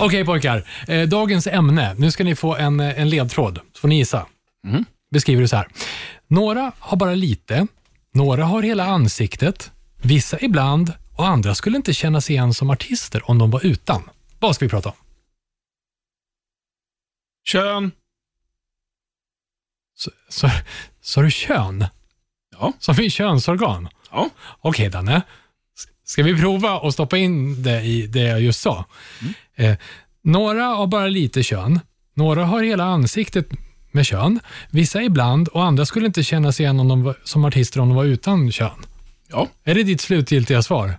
Okej, pojkar, dagens ämne. Nu ska ni få en ledtråd. Så får ni gissa. Beskriver du så här. Några har bara lite. Några har hela ansiktet. Vissa ibland. Och andra skulle inte kännas igen som artister om de var utan. Vad ska vi prata om? Kön. Så du kön? Ja. Som i könsorgan? Ja. Okej, Danne. Ska vi prova att stoppa in det i det jag just sa? Några har bara lite kön. Några har hela ansiktet med kön. Vissa ibland och andra skulle inte kännas igen om de var, som artister om de var utan kön. Ja. Är det ditt slutgiltiga svar?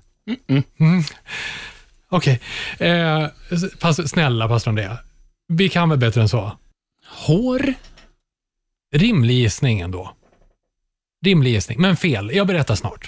Okej. Snälla, pastor Andrea. Vi kan väl bättre än så. Hår? Rimlig gissning ändå. Rimlig gissning, men fel. Jag berättar snart.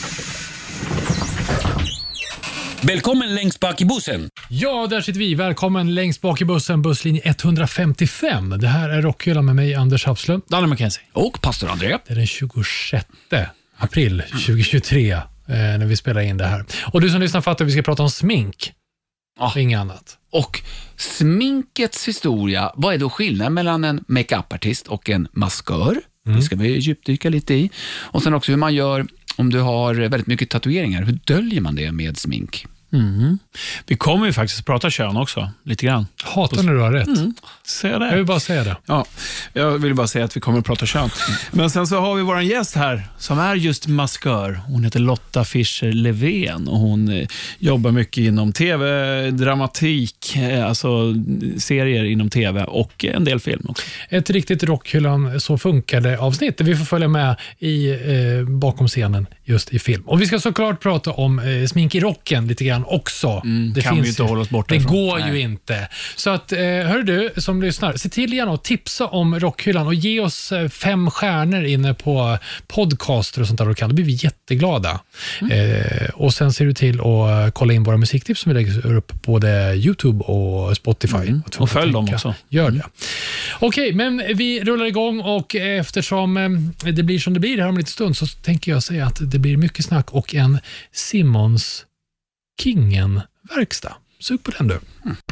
Välkommen längst bak i bussen. Ja, där sitter vi. Välkommen längst bak i bussen, busslinje 155. Det här är Rockhyllan med mig, Anders Hafslund. Danne McKenzie. Och pastor André. Det är den 26 april 2023 när vi spelar in det här. Och du som lyssnar fattar att vi ska prata om smink. Inget annat. Och sminkets historia, vad är då skillnaden mellan en make-up-artist och en maskör? Det ska vi djupdyka lite i. Och sen också hur man gör om du har väldigt mycket tatueringar. Hur döljer man det med smink? Vi kommer ju faktiskt prata kön också, lite grann. Hatar när du har rätt. Ser det? Jag vill bara säga det. Ja, jag vill bara säga att vi kommer att prata kön. Men sen så har vi våran gäst här som är just maskör. Hon heter Lotta Fischer-Levén och hon jobbar mycket inom tv, dramatik, alltså serier inom tv och en del film också. Ett riktigt Rockhyllan så funkade avsnitt där vi får följa med i bakom scenen just i film. Och vi ska såklart prata om smink i rocken lite grann också. Det kan finns vi inte hålla oss borta det ifrån. går ju inte. Så att, hör du som lyssnar, se till gärna att tipsa om Rockhyllan och ge oss 5 stjärnor inne på podcaster och sånt där du kan. Då blir vi jätteglada. Och sen ser du till att kolla in våra musiktips som vi lägger upp på både YouTube och Spotify. Och följ dem också. Gör det. Okej, men vi rullar igång och eftersom det blir som det blir här om en liten stund så tänker jag säga att det blir mycket snack och en Simons Kingen-verkstad. Sug på den du.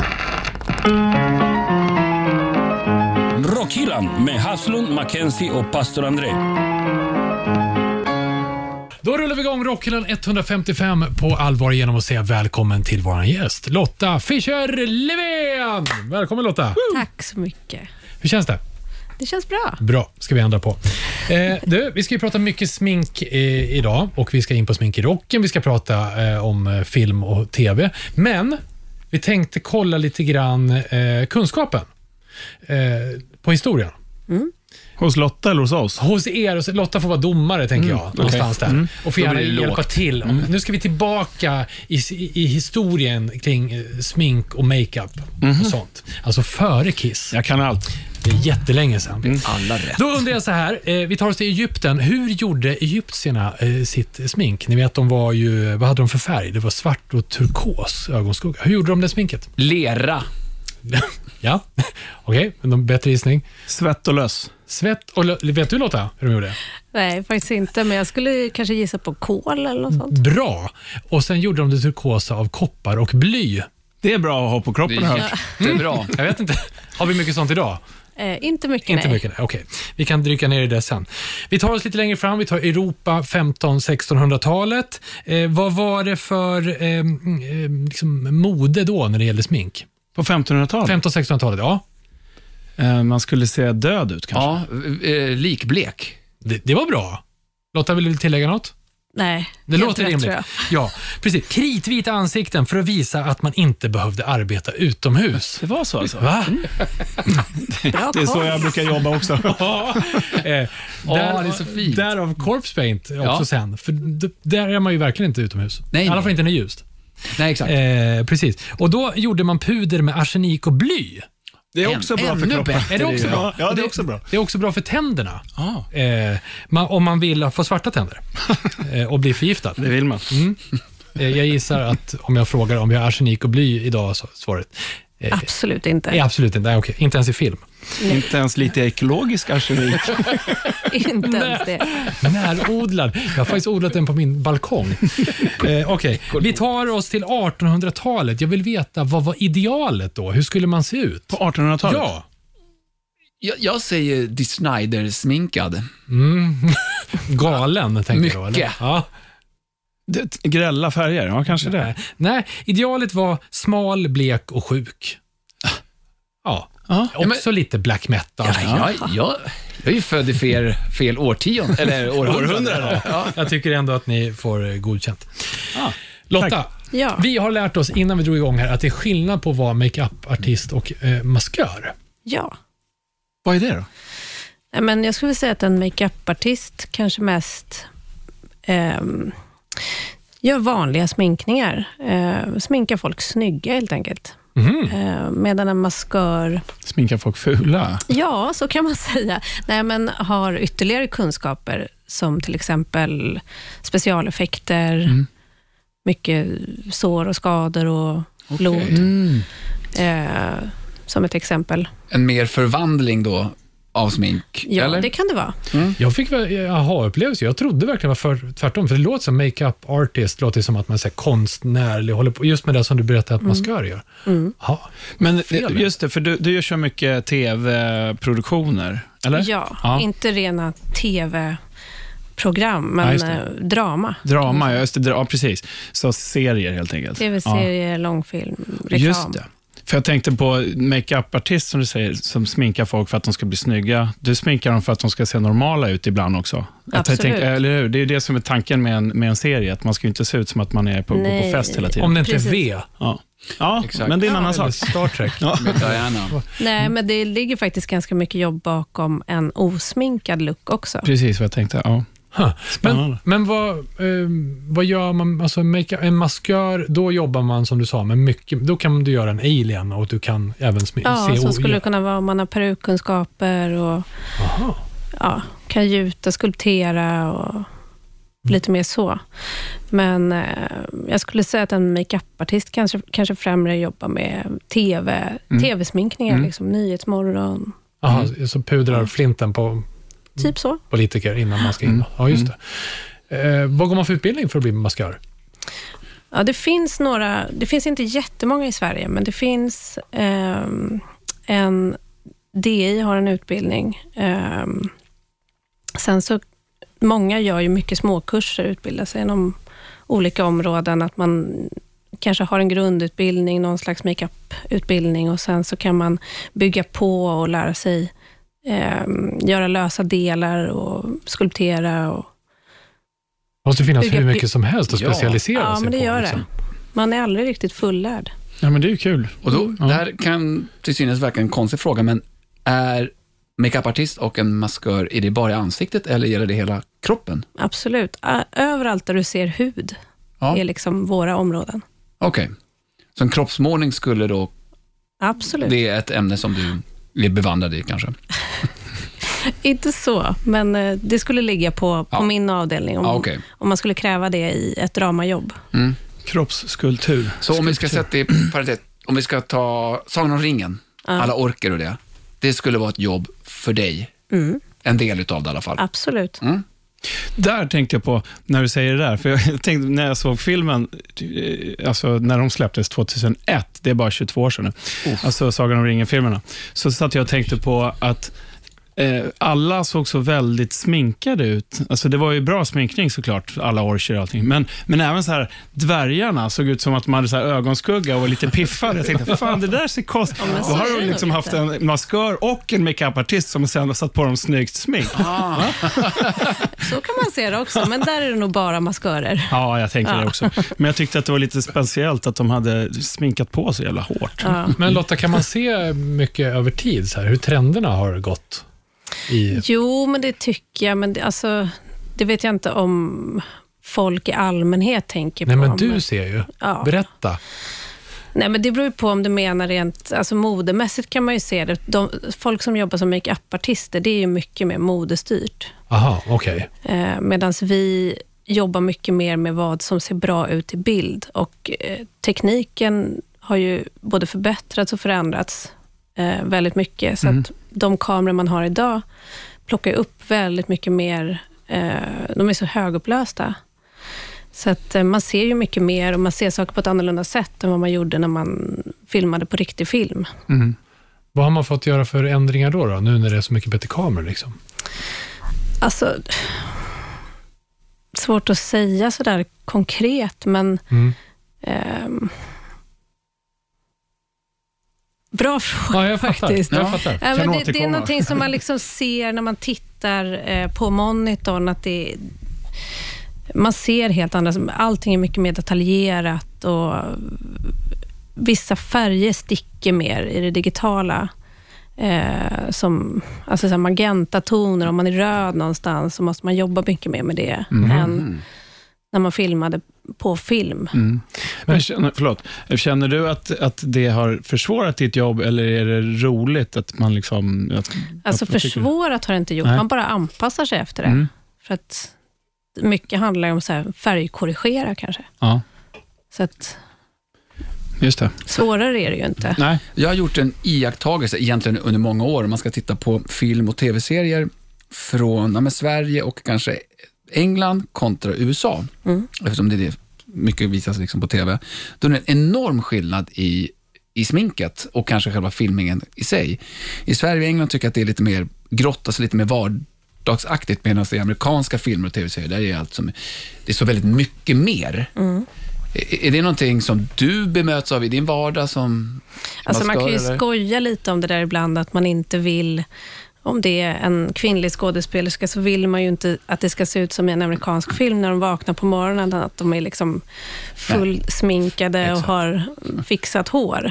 Rockhyllan med Hafslund, McKenzie och pastor André. Då rullar vi igång Rockhyllan 155 på allvar genom att säga välkommen till vår gäst Lotta Fischer-Levén. Välkommen Lotta. Tack så mycket. Hur känns det? Det känns bra. Bra, ska vi ändra på. Vi ska ju prata mycket smink idag och vi ska in på smink i rocken. Vi ska prata om film och tv. Men vi tänkte kolla lite grann kunskapen på historien. Hos Lotta eller hos oss? Hos er. Lotta får vara domare, tänker jag. Någonstans där. Och får gärna hjälpa till. Nu ska vi tillbaka i historien kring smink och makeup och sånt. Alltså före Kiss. Jag kan allt. Det är jättelänge sedan. Alla rätt. Då undrar jag så här, vi tar oss till Egypten. Hur gjorde egyptierna sitt smink? Ni vet, de var ju, vad hade de för färg? Det var svart och turkos ögonskugga. Hur gjorde de det sminket? Lera. Ja, okej, men de bättre gissning. Svett och löss. Svett och vet du Lotta hur de gjorde? Nej, faktiskt inte, men jag skulle kanske gissa på kol eller något sånt. Bra. Och sen gjorde de det turkosa av koppar och bly. Det är bra att ha på kroppen här. Det är bra. Jag vet inte, har vi mycket sånt idag? Inte mycket, Inte nej. mycket, okej. Vi kan drycka ner i det sen. Vi tar oss lite längre fram, vi tar Europa 1500-1600-talet. Vad var det för liksom mode då när det gällde smink? På 1500-talet? 1500-1600-talet, ja. Man skulle se död ut kanske. Ja, likblek. Det var bra. Lotta, vill du tillägga något? Nej, Det helt låter rätt, rimligt. tror jag. Ja, precis. Kritvita ansikten för att visa att man inte behövde arbeta utomhus. Det var så alltså? Va? Bra Det är så koll. jag brukar jobba också. Det är så fint. Därav corpse paint också sen. För där är man ju verkligen inte utomhus. Nej. I alla fall inte när det är ljust. Nej, exakt. Precis. Och då gjorde man puder med arsenik och bly. Det är också bra för ännu kroppen. bättre. Är det också bra? Ja, det är också bra. Det är också bra för tänderna. Om man vill få svarta tänder och bli förgiftad. Det vill man. Jag gissar att om jag frågar om vi har arsenik och bly idag så är svaret Absolut inte. Absolut inte. Nej, okej. Inte ens i film. Inte ens lite ekologisk arsenik. Inte ens det. Närodlad. Jag har faktiskt odlat den på min balkong. Okej. Vi tar oss till 1800-talet. Jag vill veta, vad var idealet då? Hur skulle man se ut? På 1800-talet? Ja. Jag säger Dee Snider-sminkad. Galen, tänker Mycket. du? Eller? Ja. Grälla färger, ja kanske det. Nej, idealet var smal, blek och sjuk. Ja. Också lite black metal. Jag är ju född i fel årtionde, eller århundrade. Jag tycker ändå att ni får godkänt. Lotta, Ja. vi har lärt oss innan vi drog igång här att det är skillnad på att vara make-up-artist och maskör. Ja. Vad är det då? Nej, men jag skulle säga att en make-up-artist kanske mest gör vanliga sminkningar. Sminkar folk snygga helt enkelt. Medan en maskör... Sminkar folk fula? Ja, så kan man säga. Nej, men har ytterligare kunskaper som till exempel specialeffekter, mycket sår och skador och blod. Som ett exempel. En mer förvandling då av smink, Ja, eller? det kan det vara. Jag fick aha-upplevelse. Jag trodde verkligen var tvärtom. För det låter som make-up artist, låter som att man är konstnärlig. Håller på, just med det som du berättade att maskör gör. Men just det, för du gör så mycket tv-produktioner, eller? Ja, inte rena tv-program, men drama. Drama, just det. Ja, precis. Så serier helt enkelt. Tv-serier, långfilm, reklam. Just det. För jag tänkte på make-up-artist som du säger, som sminkar folk för att de ska bli snygga. Du sminkar dem för att de ska se normala ut ibland också. Absolut. Eller hur? Det är ju det som är tanken med en serie, att man ska ju inte se ut som att man är på fest hela tiden. Om det inte är Precis. V. Ja, Exakt. men det är en annan sak. Star Trek. Med Diana. Nej, men det ligger faktiskt ganska mycket jobb bakom en osminkad look också. Precis vad jag tänkte, ja. Men vad gör man, alltså en maskör, då jobbar man som du sa med mycket, då kan du göra en alien och du kan även se. Ja, så skulle det kunna vara om man har perukkunskaper och kan gjuta, skulptera och lite mer så. Men jag skulle säga att en make-up-artist kanske främre jobbar med tv-sminkningar, liksom Nyhetsmorgon. Så pudrar flinten på Typ så. politiker innan man ska in. Ja, just det. Vad går man för utbildning för att bli maskör? Ja, det finns inte jättemånga i Sverige, men det finns DI har en utbildning. Sen så, många gör ju mycket småkurser, utbildar sig inom olika områden, att man kanske har en grundutbildning, någon slags make-up-utbildning, och sen så kan man bygga på och lära sig göra lösa delar och skulptera. Och det måste finnas hur mycket som helst att specialisera sig på. Ja, men det gör liksom. det. Man är aldrig riktigt fullärd. Ja, men det är ju kul. Och då, det här kan till synes verka en konstig fråga, men är make-up-artist och en maskör, är det bara i ansiktet eller gäller det hela kroppen? Absolut. Överallt där du ser hud är liksom våra områden. Okej. Så en kroppsmålning skulle då... Absolut. Det är ett ämne som du är bevandrad i kanske? Inte så, men det skulle ligga på min avdelning om man skulle kräva det i ett dramajobb. Kroppsskulptur. Så om vi ska sätta i paritet, om vi ska ta Sagan om ringen, alla orker och det skulle vara ett jobb för dig. En del utav det i alla fall. Absolut. Där tänkte jag på när du säger det där, för jag tänkte när jag såg filmen, alltså när de släpptes 2001, det är bara 22 år sedan nu, alltså Sagan om ringen-filmerna, så satt jag och tänkte på att alla såg så väldigt sminkade ut. Alltså det var ju bra sminkning såklart, alla orcher och allting. Men även så här, dvärgarna såg ut som att de hade så här ögonskugga och var lite piffade. Jag tänkte, fan det där ser konstigt. Då har de liksom haft en maskör och en make-up-artist som sen har satt på dem snyggt smink. Så kan man se det också, men där är det nog bara maskörer. Ja, jag tänkte det också. Men jag tyckte att det var lite speciellt att de hade sminkat på så jävla hårt. Men Lotta, kan man se mycket över tid så här, hur trenderna har gått? Jo, men det tycker jag. Men det vet jag inte om folk i allmänhet tänker på. Nej, men du ser ju. Ja. Berätta. Nej, men det beror ju på om du menar rent, alltså modemässigt kan man ju se det. Folk som jobbar som make-up-artister, det är ju mycket mer modestyrt. Aha, okej. Medan vi jobbar mycket mer med vad som ser bra ut i bild. Och tekniken har ju både förbättrats och förändrats väldigt mycket. Så att de kameror man har idag plockar upp väldigt mycket mer. De är så högupplösta. Så att man ser ju mycket mer och man ser saker på ett annorlunda sätt än vad man gjorde när man filmade på riktig film. Vad har man fått göra för ändringar då, nu när det är så mycket bättre kameror liksom? Alltså, svårt att säga så där konkret, men bra fråga. Ja, jag fattar. Faktiskt. Jag fattar. Men det är någonting som man liksom ser när man tittar på monitorn, att man ser helt andra, allting är mycket mer detaljerat och vissa färger sticker mer i det digitala. Som alltså så magentatoner, om man är röd någonstans så måste man jobba mycket mer med det än när man filmade på film. Men känner du att det har försvårat ditt jobb, eller är det roligt att man liksom... Alltså försvårat har det inte gjort, man bara anpassar sig efter det. För att mycket handlar om så här färgkorrigera kanske. Ja. Så att just det. Svårare är det ju inte. Nej. Jag har gjort en iakttagelse egentligen under många år. Om man ska titta på film och tv-serier från Sverige och kanske England kontra USA. Eftersom det är det mycket visas liksom på tv. Då är det en enorm skillnad i sminket och kanske själva filmingen i sig. I Sverige och England tycker jag att det är lite mer grått, alltså lite mer vardagsaktigt, medan i amerikanska filmer och tv-serier där är allt som, det är så väldigt mycket mer. Är det någonting som du bemöts av i din vardag som alltså man kan ju eller? skoja lite om det där ibland, att man inte vill, om det är en kvinnlig skådespelerska så vill man ju inte att det ska se ut som en amerikansk film när de vaknar på morgonen, att de är liksom fullsminkade och har fixat hår.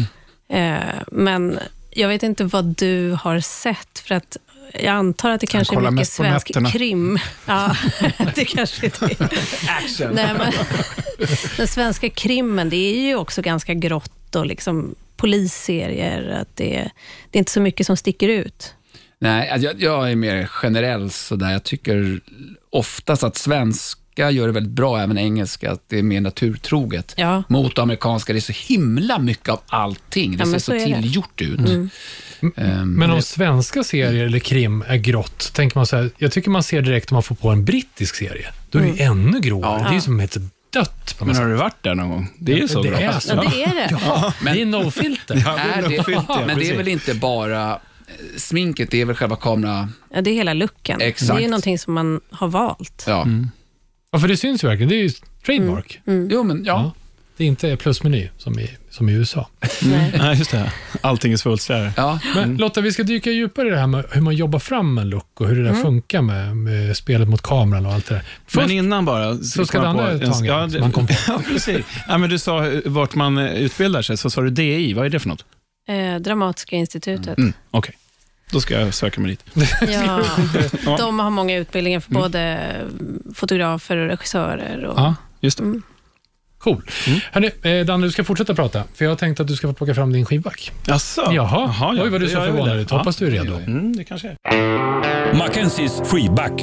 Men jag vet inte vad du har sett, för att jag antar att det kanske är mycket svensk krim. Ja, det kanske är det. Action. Nej, men den svenska krimmen, det är ju också ganska grått och liksom polisserier, att det är inte så mycket som sticker ut. Nej, jag är mer generell så där. Jag tycker oftast att svenska gör det väldigt bra, även engelska, att det är mer naturtroget. Ja. Mot amerikanska, det är så himla mycket av allting. Det ser så tillgjort ut. Men om svenska serier eller krim är grått, tänker man så här, jag tycker man ser direkt om man får på en brittisk serie. Då är det ännu gråare. Det är ju som ett dött. Men har du varit där någon gång? Det är ju så det bra. är så. Ja, det är det. Ja, det är no filter. Men det är väl inte bara sminket, det är väl själva kamera... Ja, det är hela looken. Exakt. Det är ju någonting som man har valt. Ja. Ja, för det syns ju verkligen. Det är ju trademark. Jo, men ja. Det är inte plusmeny som i USA. Nej, just det. Allting är svulstigare. Ja. Men Lotta, vi ska dyka djupare i det här med hur man jobbar fram en look och hur det där funkar med spelet mot kameran och allt det där. Men innan bara... Så ska Danne ta en man kom på. Ja, precis. Ja, men du sa vart man utbildar sig, så sa du DI. Vad är det för något? Dramatiska institutet. Okej. Då ska jag söka mig dit. Ja, de har många utbildningar för både fotografer och regissörer. Och... Ja, just det. Cool. Hörrni, Danne, du ska fortsätta prata, för jag har tänkt att du ska få plocka fram din skivback. Jaså? Jaha. Oj, vad du så förvånad ut. Hoppas du är redo. Det kanske är. Mackenzies freeback.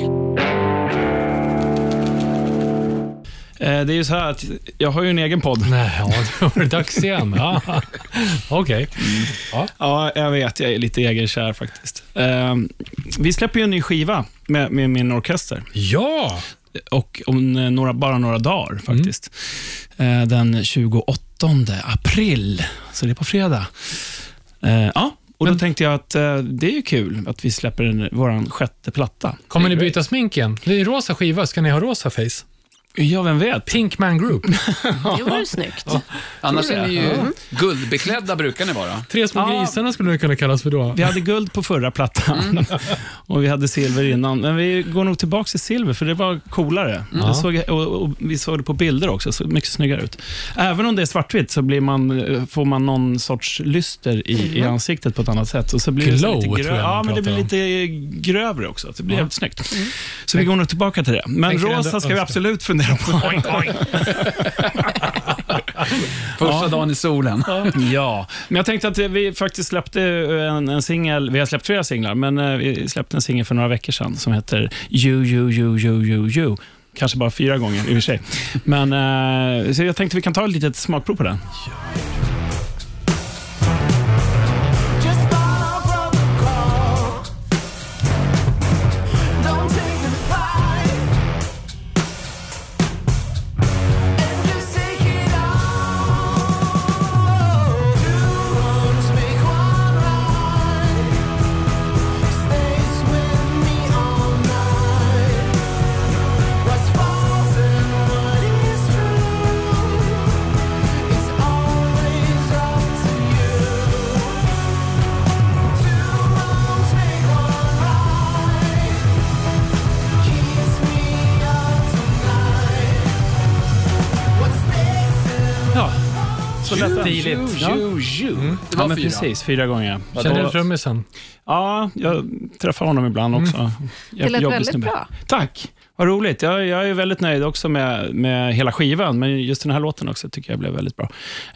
Det är ju så här att jag har ju en egen podd. Nej, då var det dags igen. Okej. Ja, jag vet. Jag är lite egenkär faktiskt. Vi släpper ju en ny skiva med min orkester. Ja! Och om bara några dagar faktiskt. Den 28 april. Så det är på fredag. Och då tänkte jag att det är ju kul att vi släpper våran 6:e platta. Kommer ni byta sminken? Det är rosa skiva. Ska ni ha rosa face? Ja, vem vet? Pinkman Group. Det var ju snyggt. Annars är ni ju guldbeklädda, brukar ni vara. 3 små grisarna skulle det kunna kallas för då. Vi hade guld på förra plattan och vi hade silver innan. Men vi går nog tillbaka till silver, för det var coolare. Och vi såg det på bilder också, så mycket snyggare ut. Även om det är svartvitt så får man någon sorts lyster i ansiktet på ett annat sätt. Och så blir glow, det lite tror jag. Ja, men det blir lite grövre också. Det blir helt snyggt. Så vi går nog tillbaka till det. Men rosa ska vi absolut fundera på. Första dagen i solen. Ja, men jag tänkte att vi faktiskt släppte en singel. Vi har släppt 3 singlar, men vi släppte en singel för några veckor sedan som heter You. Kanske bara 4 gånger i och för sig. Men så jag tänkte vi kan ta ett litet smakprov på den. så lätt. Stiligt. Det var men 4. precis, 4 gånger. Känner du trummisen? Ja, jag träffar honom ibland också. Det lät väldigt bra. Tack, vad roligt. Jag är väldigt nöjd också med hela skivan, men just den här låten också tycker jag blev väldigt bra.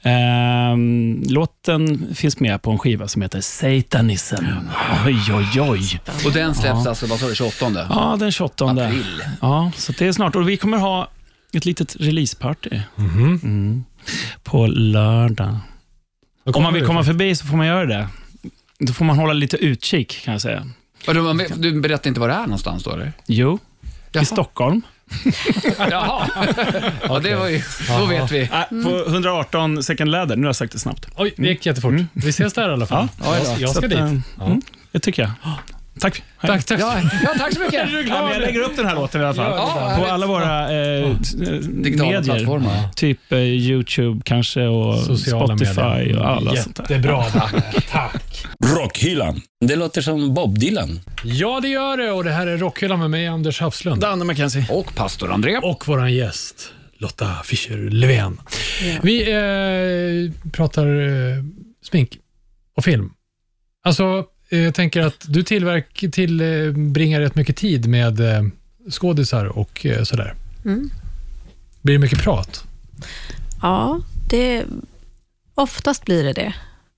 Låten finns med på en skiva som heter Satanism. Oj. Och den släpps alltså, vad sa du, 28? Ja, den 28. April. Ja, så det är snart. Och vi kommer ha ett litet releaseparty på lördag. Om man vill komma förbi så får man göra det. Då får man hålla lite utkik, kan jag säga. Du berättar inte var det är någonstans då, eller? Jo, i Stockholm. Jaha. Ja, det var ju, då vet vi. På 118 Second Ladder, nu har jag sagt det snabbt. Oj, det gick jättefort. Vi ses där i alla fall. Jag ska dit. Det tycker jag. Tack. Tack. Ja, tack så mycket. Jag lägger upp den här låten i alla fall. På alla våra digitala medier. plattformar. Typ YouTube kanske och Sociala Spotify medier. och alla sånt där. Jättebra. Tack. Rockhyllan. Det låter som Bob Dylan. Ja, det gör det. Och det här är Rockhyllan med mig, Anders Hafslund. Danne McKenzie. Och pastor André. Och våran gäst, Lotta Fischer-Löfven. Vi pratar smink och film. Alltså, jag tänker att du tillbringar rätt mycket tid med skådisar och sådär. Blir det mycket prat? Ja, oftast blir det.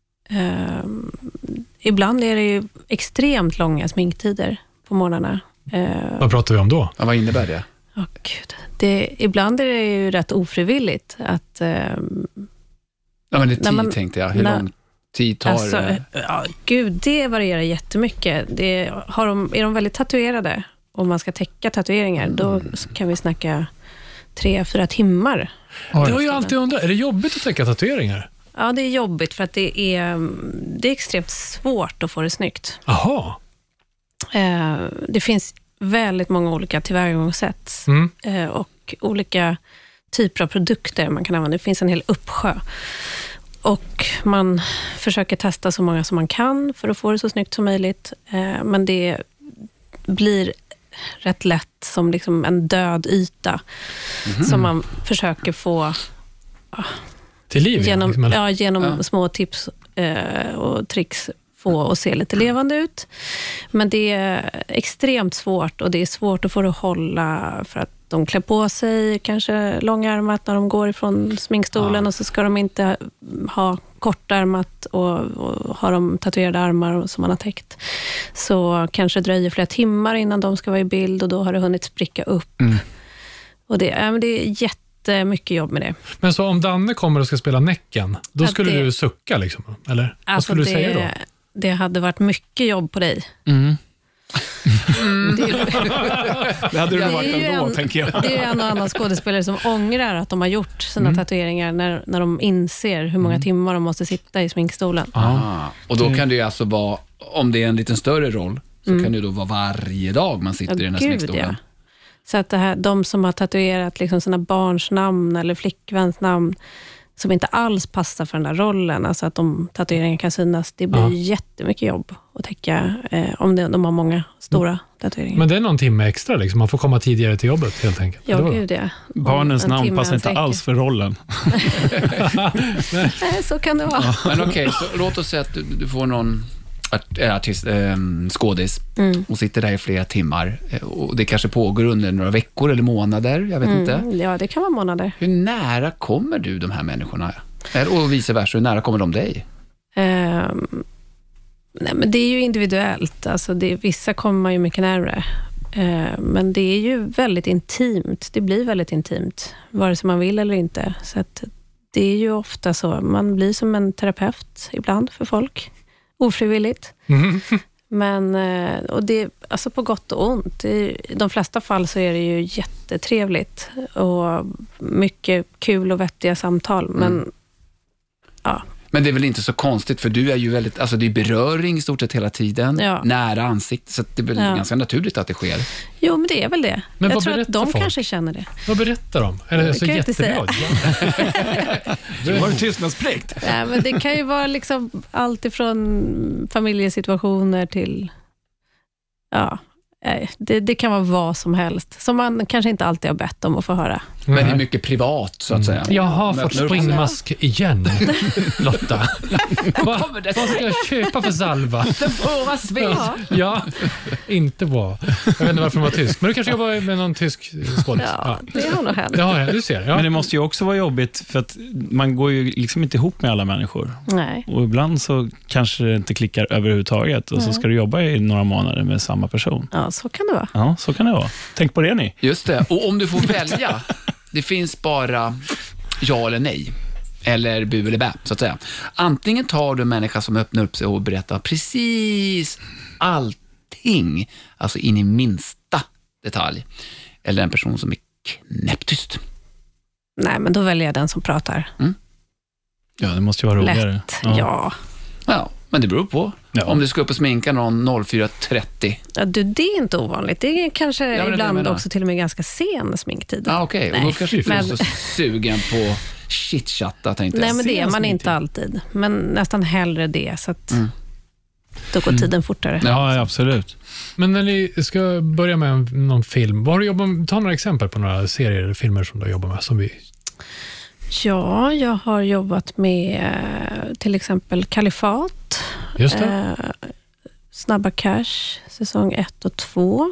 Ibland är det ju extremt långa sminktider på morgnarna. Vad pratar vi om då? Ja, vad innebär det? Gud. Ibland är det ju rätt ofrivilligt att... Ja, men det är tid, tänkte jag. Hur lång tid tar det? Gud, det varierar jättemycket. Är de väldigt tatuerade och man ska täcka tatueringar, då kan vi snacka 3-4 timmar. Det har jag alltid undrat. Är det jobbigt att täcka tatueringar? Ja, det är jobbigt för att det är extremt svårt att få det snyggt. Aha. Det finns väldigt många olika tillvägagångssätt och olika typer av produkter man kan använda. Det finns en hel uppsjö. Och man försöker testa så många som man kan för att få det så snyggt som möjligt. Men det blir rätt lätt som liksom en död yta som man försöker få till liv genom små tips och tricks få att se lite levande ut. Men det är extremt svårt och det är svårt att få det att hålla för att de klär på sig kanske långärmat när de går ifrån sminkstolen och så ska de inte ha kortärmat och ha de tatuerade armar som man har täckt. Så kanske dröjer flera timmar innan de ska vara i bild och då har det hunnit spricka upp. Och det är jättemycket jobb med det. Men så om Danne kommer och ska spela Näcken, då skulle du sucka liksom? Eller vad skulle du säga då? Det hade varit mycket jobb på dig. Det hade det varit ändå, tänker jag. Det är ju en och annan skådespelare som ångrar att de har gjort sina tatueringar när de inser hur många timmar de måste sitta i sminkstolen. Och då kan det ju alltså vara, om det är en lite större roll, så kan det då vara varje dag man sitter i den här sminkstolen. Ja. Så att de som har tatuerat liksom sina barns namn eller flickväns namn som inte alls passar för den där rollen, alltså att de tatueringarna kan synas, det blir jättemycket jobb att täcka om de har många stora tatueringar. Men det är någon timme extra liksom, man får komma tidigare till jobbet helt enkelt. Ja, gud ja. Barnens namn passar inte alls för rollen. Nej, så kan det vara. Men okej, så låt oss säga att du får någon artist, skådis och sitter där i flera timmar och det kanske pågår under några veckor eller månader, jag vet inte. Ja, det kan vara månader. Hur nära kommer du de här människorna? Och vice versa, hur nära kommer de dig? Nej, men det är ju individuellt. Alltså vissa kommer man ju mycket närmare. Men det är ju väldigt intimt. Det blir väldigt intimt, vare sig man vill eller inte. Så att det är ju ofta så. Man blir som en terapeut ibland för folk. Ofrivilligt. Men, och det, alltså på gott och ont. I de flesta fall så är det ju jättetrevligt och mycket kul och vettiga samtal. Men ja. Men det är väl inte så konstigt, för du är ju väldigt, alltså det är beröring i stort sett hela tiden, nära ansikte, så det är väl ganska naturligt att det det sker. Jo, men det är väl det. Men jag tror att de folk? Kanske känner det. Vad berättar de? Är det så jätteglad? Du har en tystnadsplikt. Ja, men det kan ju vara liksom allt ifrån familjesituationer till det kan vara vad som helst som man kanske inte alltid har bett om att få höra. Men det är mycket privat, så att säga. Jag har fått springmask igen, Lotta. Vad ska jag köpa för salva? Den förra sved. Ja, inte bra. Jag vet inte varför de var tysk. Men du kanske jobbar med någon tysk skådis. Ja, det har nog hänt. Ja, du ser. Ja. Men det måste ju också vara jobbigt för att man går ju liksom inte ihop med alla människor. Nej. Och ibland så kanske det inte klickar överhuvudtaget och så ska du jobba i några månader med samma person. Ja, så kan det vara. Ja, så kan det vara. Tänk på det ni. Just det. Och om du får välja, det finns bara ja eller nej. Eller bu eller bä, så att säga. Antingen tar du en människa som öppnar upp sig och berättar precis allting, alltså in i minsta detalj. Eller en person som är knäpptyst. Nej, men då väljer jag den som pratar. Ja, det måste ju vara roligare. Lätt, ja. Ja, men det beror på. Ja. Om du ska upp och sminka någon 04.30. Ja, det är inte ovanligt. Det är kanske men det ibland menar. också till och med ganska sen sminktid. Ja, okej. Och då kanske du men- är så sugen på chitchatta, tänkte jag. Nej, men det är man sminktid. inte alltid. Men nästan hellre det, så att då går tiden fortare. Ja, absolut. Men när ni ska börja med någon film, vad har du jobbat med? Ta några exempel på några serier eller filmer som du har jobbat med. Som vi... Ja, jag har jobbat med till exempel Kalifat. Just det. Snabba Cash, säsong 1 och 2.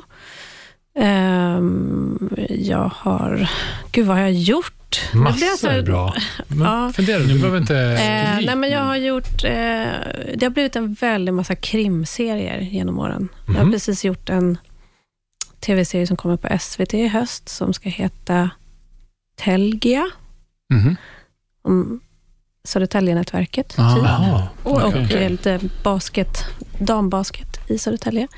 Jag har... Gud, vad har jag gjort? Nu blir jag så Massor här- är bra. Men Ja. fundera, du behöver inte... Nej, men jag har gjort... det har blivit en väldig massa krimserier genom åren. Jag har precis gjort en tv-serie som kommer på SVT i höst som ska heta Telgia. Mhm. Om Södertälje-nätverket. typ. Jaha. Och okej. lite dambasket i Södertälje.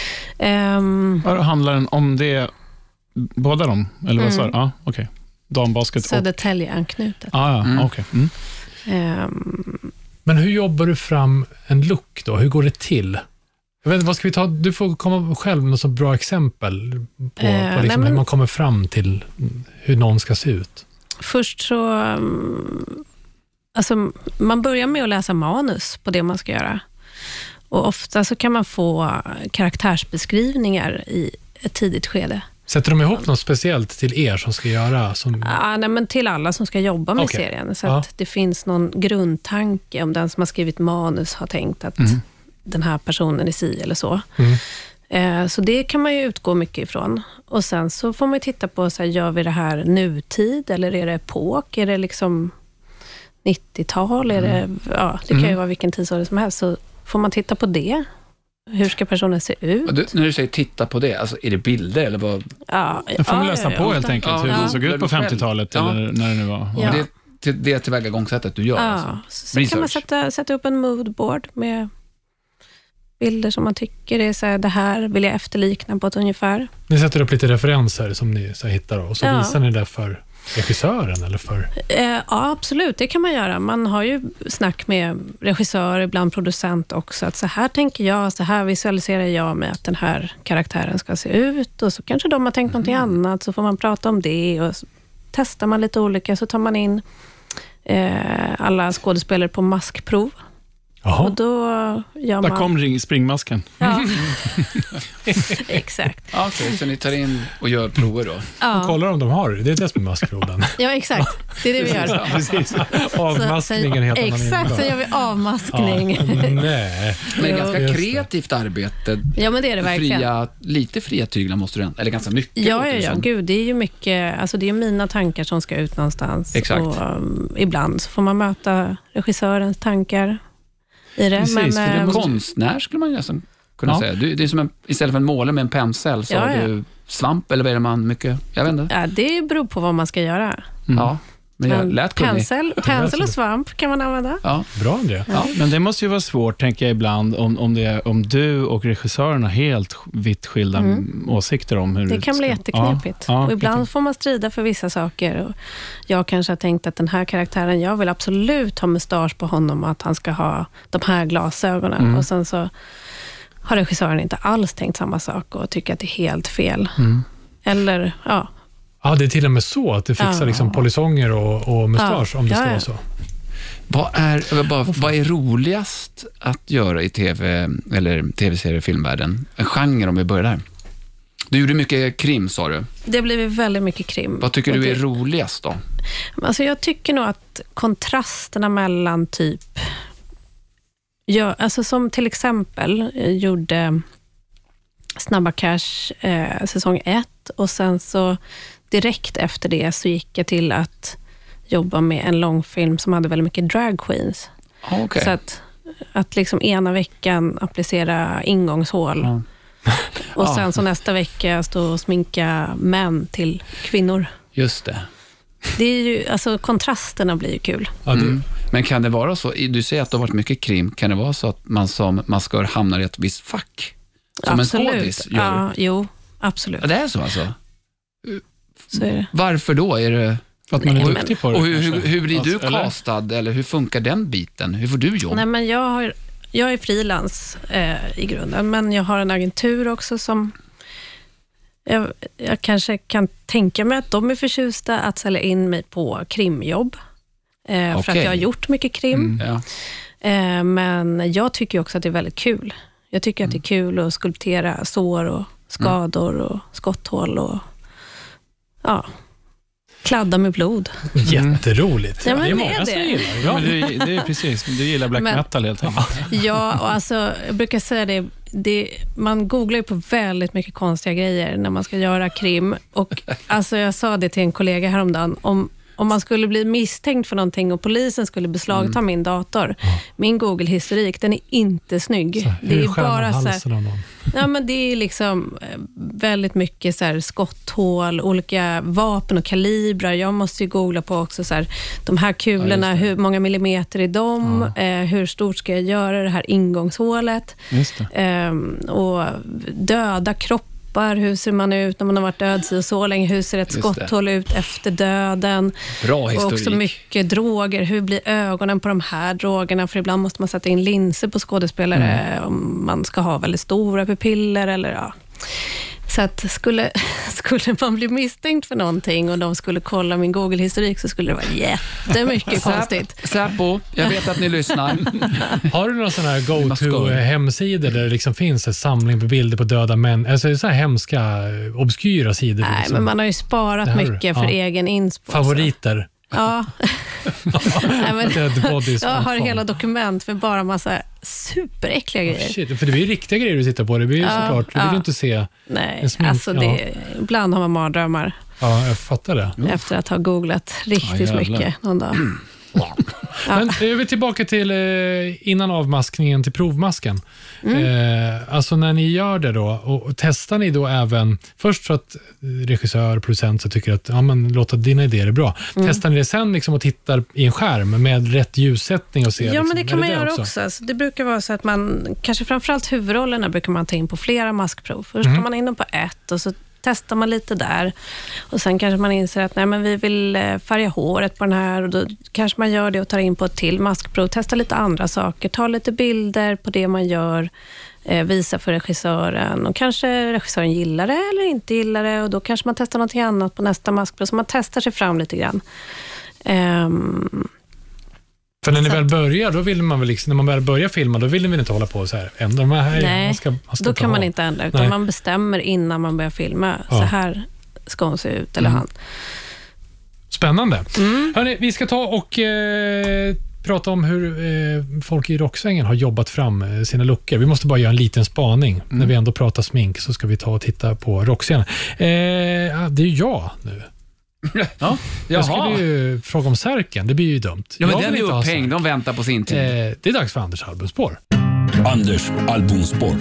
Handlar den om det, båda dem? Eller vad sa du? Ja, okej. Dambasket och... Södertälje-anknutet. Ja, okej. Mm. Men hur jobbar du fram en look då? Hur går det till? Jag vet inte, vad ska vi ta? Du får komma själv med något så bra exempel på nej, liksom men- hur man kommer fram till hur någon ska se ut. Först så... alltså, man börjar med att läsa manus på det man ska göra. Och ofta så kan man få karaktärsbeskrivningar i ett tidigt skede. Sätter de ihop något speciellt till er som ska göra? Som... Nej, men till alla som ska jobba med Okej. serien. Så Ja. att det finns någon grundtanke om den som har skrivit manus har tänkt att den här personen är si eller så. Så det kan man ju utgå mycket ifrån. Och sen så får man ju titta på, så här, gör vi det här nutid eller är det epok? Är det liksom 90-tal? Är det, ja, det kan ju vara vilken tidsålder som helst. Så får man titta på det. Hur ska personen se ut? Och när du säger titta på det, alltså är det bilder eller vad? Ja, Jag får väl läsa på helt ofta. enkelt hur Ja. det såg ut på Ja. 50-talet Ja. eller när det nu var. Ja. Men det är tillvägagångssättet du gör. Ja, Alltså. så kan man sätta upp en moodboard med bilder som man tycker är så här, det här vill jag efterlikna på ett ungefär. Ni sätter upp lite referenser som ni så här hittar då, och så Ja. visar ni det för regissören eller för... Ja, absolut, det kan man göra. Man har ju snack med regissör, ibland producent också, att så här tänker jag, så här visualiserar jag med att den här karaktären ska se ut, och så kanske de har tänkt någonting annat, så får man prata om det, och så testar man lite olika, så tar man in alla skådespelare på maskprov. Jaha. Och då gör Där man... kom springmasken. Ja. Exakt. Ja, okej, så ni tar in och gör prover då? Ja. Kollar om de har det. Det är det som är maskroden. Ja, exakt. Det är det vi gör. Precis. Avmaskningen är helt annan. Exakt, sen gör vi avmaskning. Nej. Men Jo. ganska Just det. kreativt arbete. Ja, men det är det verkligen. Lite fria tyglar måste du, eller ganska mycket. Ja, låter det som. gud, det är ju mycket, alltså det är mina tankar som ska ut någonstans. Exakt. Och ibland så får man möta regissörens tankar i det. Precis, men, för det En måste- konstnär skulle man nästan kunna Ja. säga. Det är som istället för en målare med en pensel så Ja, har ja. du svamp, eller vad är det man mycket, jag vet inte. ja, det beror på vad man ska göra. Ja, men jag lät kunnig. Pensel och svamp kan man använda. Ja. Bra, Andrea. Ja, men det måste ju vara svårt, tänker jag ibland, om du och regissören har helt vitt skilda åsikter om hur Det kan bli jätteknepigt. Ja, och ibland jag får man strida för vissa saker. Och jag kanske har tänkt att den här karaktären, jag vill absolut ha mustasch på honom, att han ska ha de här glasögonen. Och sen så har regissören inte alls tänkt samma sak och tycker att det är helt fel. Eller, ja. Ja, det är till och med så att det fixar Ja. liksom polisonger och mustasch Ja. om det ska Ja, ja. vara så. Vad är roligast att göra i tv eller tv-serier och filmvärlden? En genre, om vi börjar där. Du gjorde mycket krim, sa du. Det blev väldigt mycket krim. Vad tycker du är roligast då? Alltså jag tycker nog att kontrasterna mellan typ... alltså som till exempel gjorde Snabba Cash säsong 1 och sen så direkt efter det så gick jag till att jobba med en långfilm som hade väldigt mycket drag queens. Okay. Så att liksom ena veckan applicera ingångshål och sen så nästa vecka stå och sminka män till kvinnor. Just det. Det är ju, alltså kontrasterna blir ju kul. Men kan det vara så, du säger att det har varit mycket krim, kan det vara så att man som maskör hamnar i ett visst fack? Som absolut. En skådis gör? Ja, jo, absolut. Ja, det är så alltså? Så är det. Varför då? Är det... För att man är duktig på det. Och hur blir du eller? castad? Eller hur funkar den biten? Hur får du jobb? Nej, men jag är frilans i grunden, men jag har en agentur också som jag kanske kan tänka mig att de är förtjusta att sälja in mig på krimjobb. För att jag har gjort mycket krim. Men jag tycker också att det är väldigt kul. Jag tycker att det är kul att skulptera sår och skador och skotthål och kladda med blod. Jätteroligt. Ja, men det är det många är som det. gillar. Ja. Men det är precis, du gillar black metal helt enkelt. Ja, och alltså, jag brukar säga man googlar ju på väldigt mycket konstiga grejer när man ska göra krim. Och alltså, jag sa det till en kollega häromdagen, om man skulle bli misstänkt för någonting och polisen skulle beslagta min dator, min Google-historik, den är inte snygg. Så, det är bara så här, av någon? ja, men det är liksom väldigt mycket så här skotthål, olika vapen och kalibrar. Jag måste ju googla på också så här, de här kulorna, hur många millimeter är de? Hur stort ska jag göra det här ingångshålet? Just det. Och döda kroppar. Hur ser man ut när man har varit död så länge? Hur ser ett skotthål ut efter döden? Bra historik. Och också mycket droger. Hur blir ögonen på de här drogerna? För ibland måste man sätta in linser på skådespelare om man ska ha väldigt stora pupiller eller Så att skulle man bli misstänkt för någonting och de skulle kolla min Google-historik så skulle det vara jättemycket konstigt. Säpo, jag vet att ni lyssnar. Har du några sådana här go-to-hemsidor där det liksom finns en samling på bilder på döda män? Alltså så här hemska, obskyra sidor? Nej, liksom. men man har ju sparat mycket för egen inspo. Favoriter? Ja. Nej, men, jag har hela dokument för bara massa superäckliga grejer. Shit, för det blir riktiga grejer du tittar på. Det blir ju såklart, du vill ju inte se. Nej, alltså ibland har man mardrömmar. Ja, jag fattar det. Efter att ha googlat riktigt mycket någon dag. Men vi är tillbaka till innan avmaskningen till provmasken. Alltså när ni gör det då, och testar ni då även först så att regissör, producent så tycker att låta dina idéer är bra. Testar ni det sen liksom och tittar i en skärm med rätt ljussättning och ser? Ja, men det liksom, kan man göra också. Alltså, det brukar vara så att man, kanske framförallt huvudrollerna brukar man ta in på flera maskprov. Först tar man in dem på ett och så testar man lite där och sen kanske man inser att nej, men vi vill färga håret på den här och då kanske man gör det och tar in på ett till maskprov, testar lite andra saker, tar lite bilder på det man gör, visa för regissören och kanske regissören gillar det eller inte gillar det och då kanske man testar något annat på nästa maskprov så man testar sig fram lite grann. För när ni väl börjar, då vill man väl liksom, när man väl börjar filma, då vill ni väl inte hålla på så här, ändra de här. Nej, då kan man inte ändra, utan man bestämmer innan man börjar filma. Så här ska hon se ut, eller han. Spännande. Hörrni, vi ska ta och prata om hur folk i Rocksvängen har jobbat fram sina luckor. Vi måste bara göra en liten spaning. När vi ändå pratar smink så ska vi ta och titta på rockscenen. Det är ju jag nu. Ja, jag skulle ju fråga om Särken, det blir ju dumt. Ja, men den är upphängd, de väntar på sin tid. Det är dags för Anders albumspår. Anders albumspår.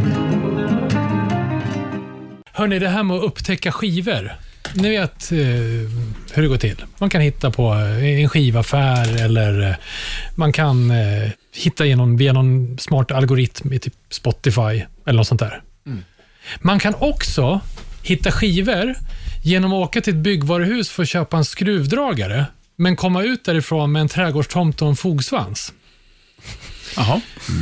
Hörrni, det här med att upptäcka skivor. Ni vet hur det går till. Man kan hitta på en skivaffär eller man kan hitta via någon smart algoritm i typ Spotify eller något sånt där. Man kan också hitta skivor genom att åka till ett byggvaruhus för att köpa en skruvdragare men komma ut därifrån med en trädgårdstomt och en fogsvans. Jaha.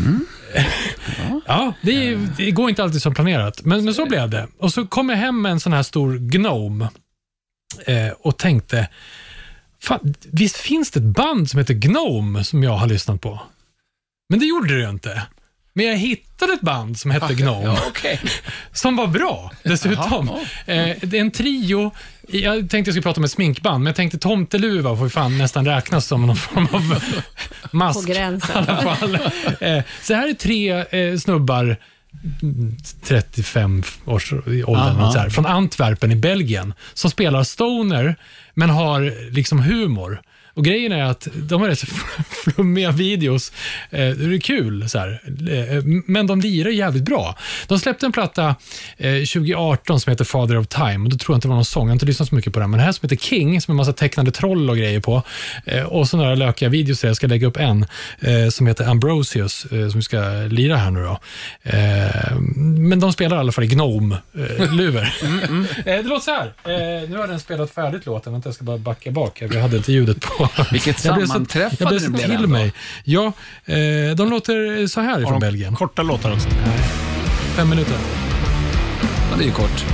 Ja, det går inte alltid som planerat. Men så blev det. Och så kom jag hem med en sån här stor gnome och tänkte, fan, visst finns det ett band som heter Gnome som jag har lyssnat på? Men det gjorde det ju inte. Men jag hittade ett band som hette Gnome. Ja, okej. Som var bra, dessutom. Det är en trio. Jag tänkte jag skulle prata om ett sminkband, men jag tänkte tomteluva får fan nästan räknas som någon form av mask. På gränsen. I alla fall. Så här är 3 snubbar, 35 års åldern, så här, från Antwerpen i Belgien, som spelar stoner, men har liksom humor. Och grejen är att de har rätt så flummiga videos. Det är kul så här. Men de lirar jävligt bra. De släppte en platta 2018 som heter Father of Time. Och då tror jag inte det var någon sång. Jag har inte lyssnat så mycket på den. Men det här som heter King, som är en massa tecknade troll och grejer på. Och så några lökiga videos. Jag ska lägga upp en som heter Ambrosius, som vi ska lira här nu då. Men de spelar i alla fall i Gnome-luver. Det låter så här. Nu har den spelat färdigt låten. Jag ska bara backa bak. Jag hade inte ljudet på. Vilket sammanträffande jag blev så till ändå. mig. Ja, de låter så här ifrån Belgien. Korta låtar också. 5 minuter. Ja, det är ju kort.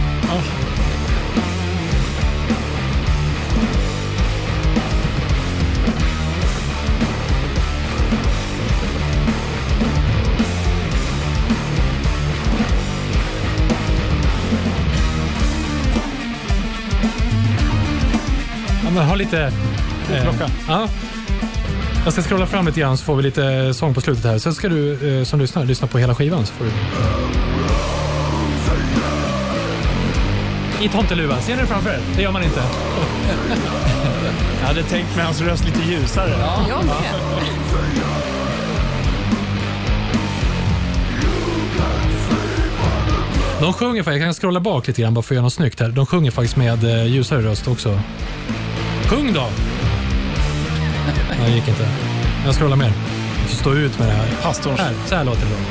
Ja, men ha lite... Klocka. Ja. Jag ska scrolla fram lite grann så får vi lite sång på slutet här. Sen ska du som lyssna på hela skivan så får du... I tomteluvan. Ser ni det framför er? Det gör man inte. Jag hade tänkt mig hans röst lite ljusare. Jag med. De sjunger faktiskt, jag kan scrolla bak lite grann bara för att göra något snyggt här. De sjunger faktiskt med ljusare röst också. Sjung då! Nej, det gick inte. Jag scrollar mer. Jag får stå ut med det här. Pastorns. Här, så här låter det då.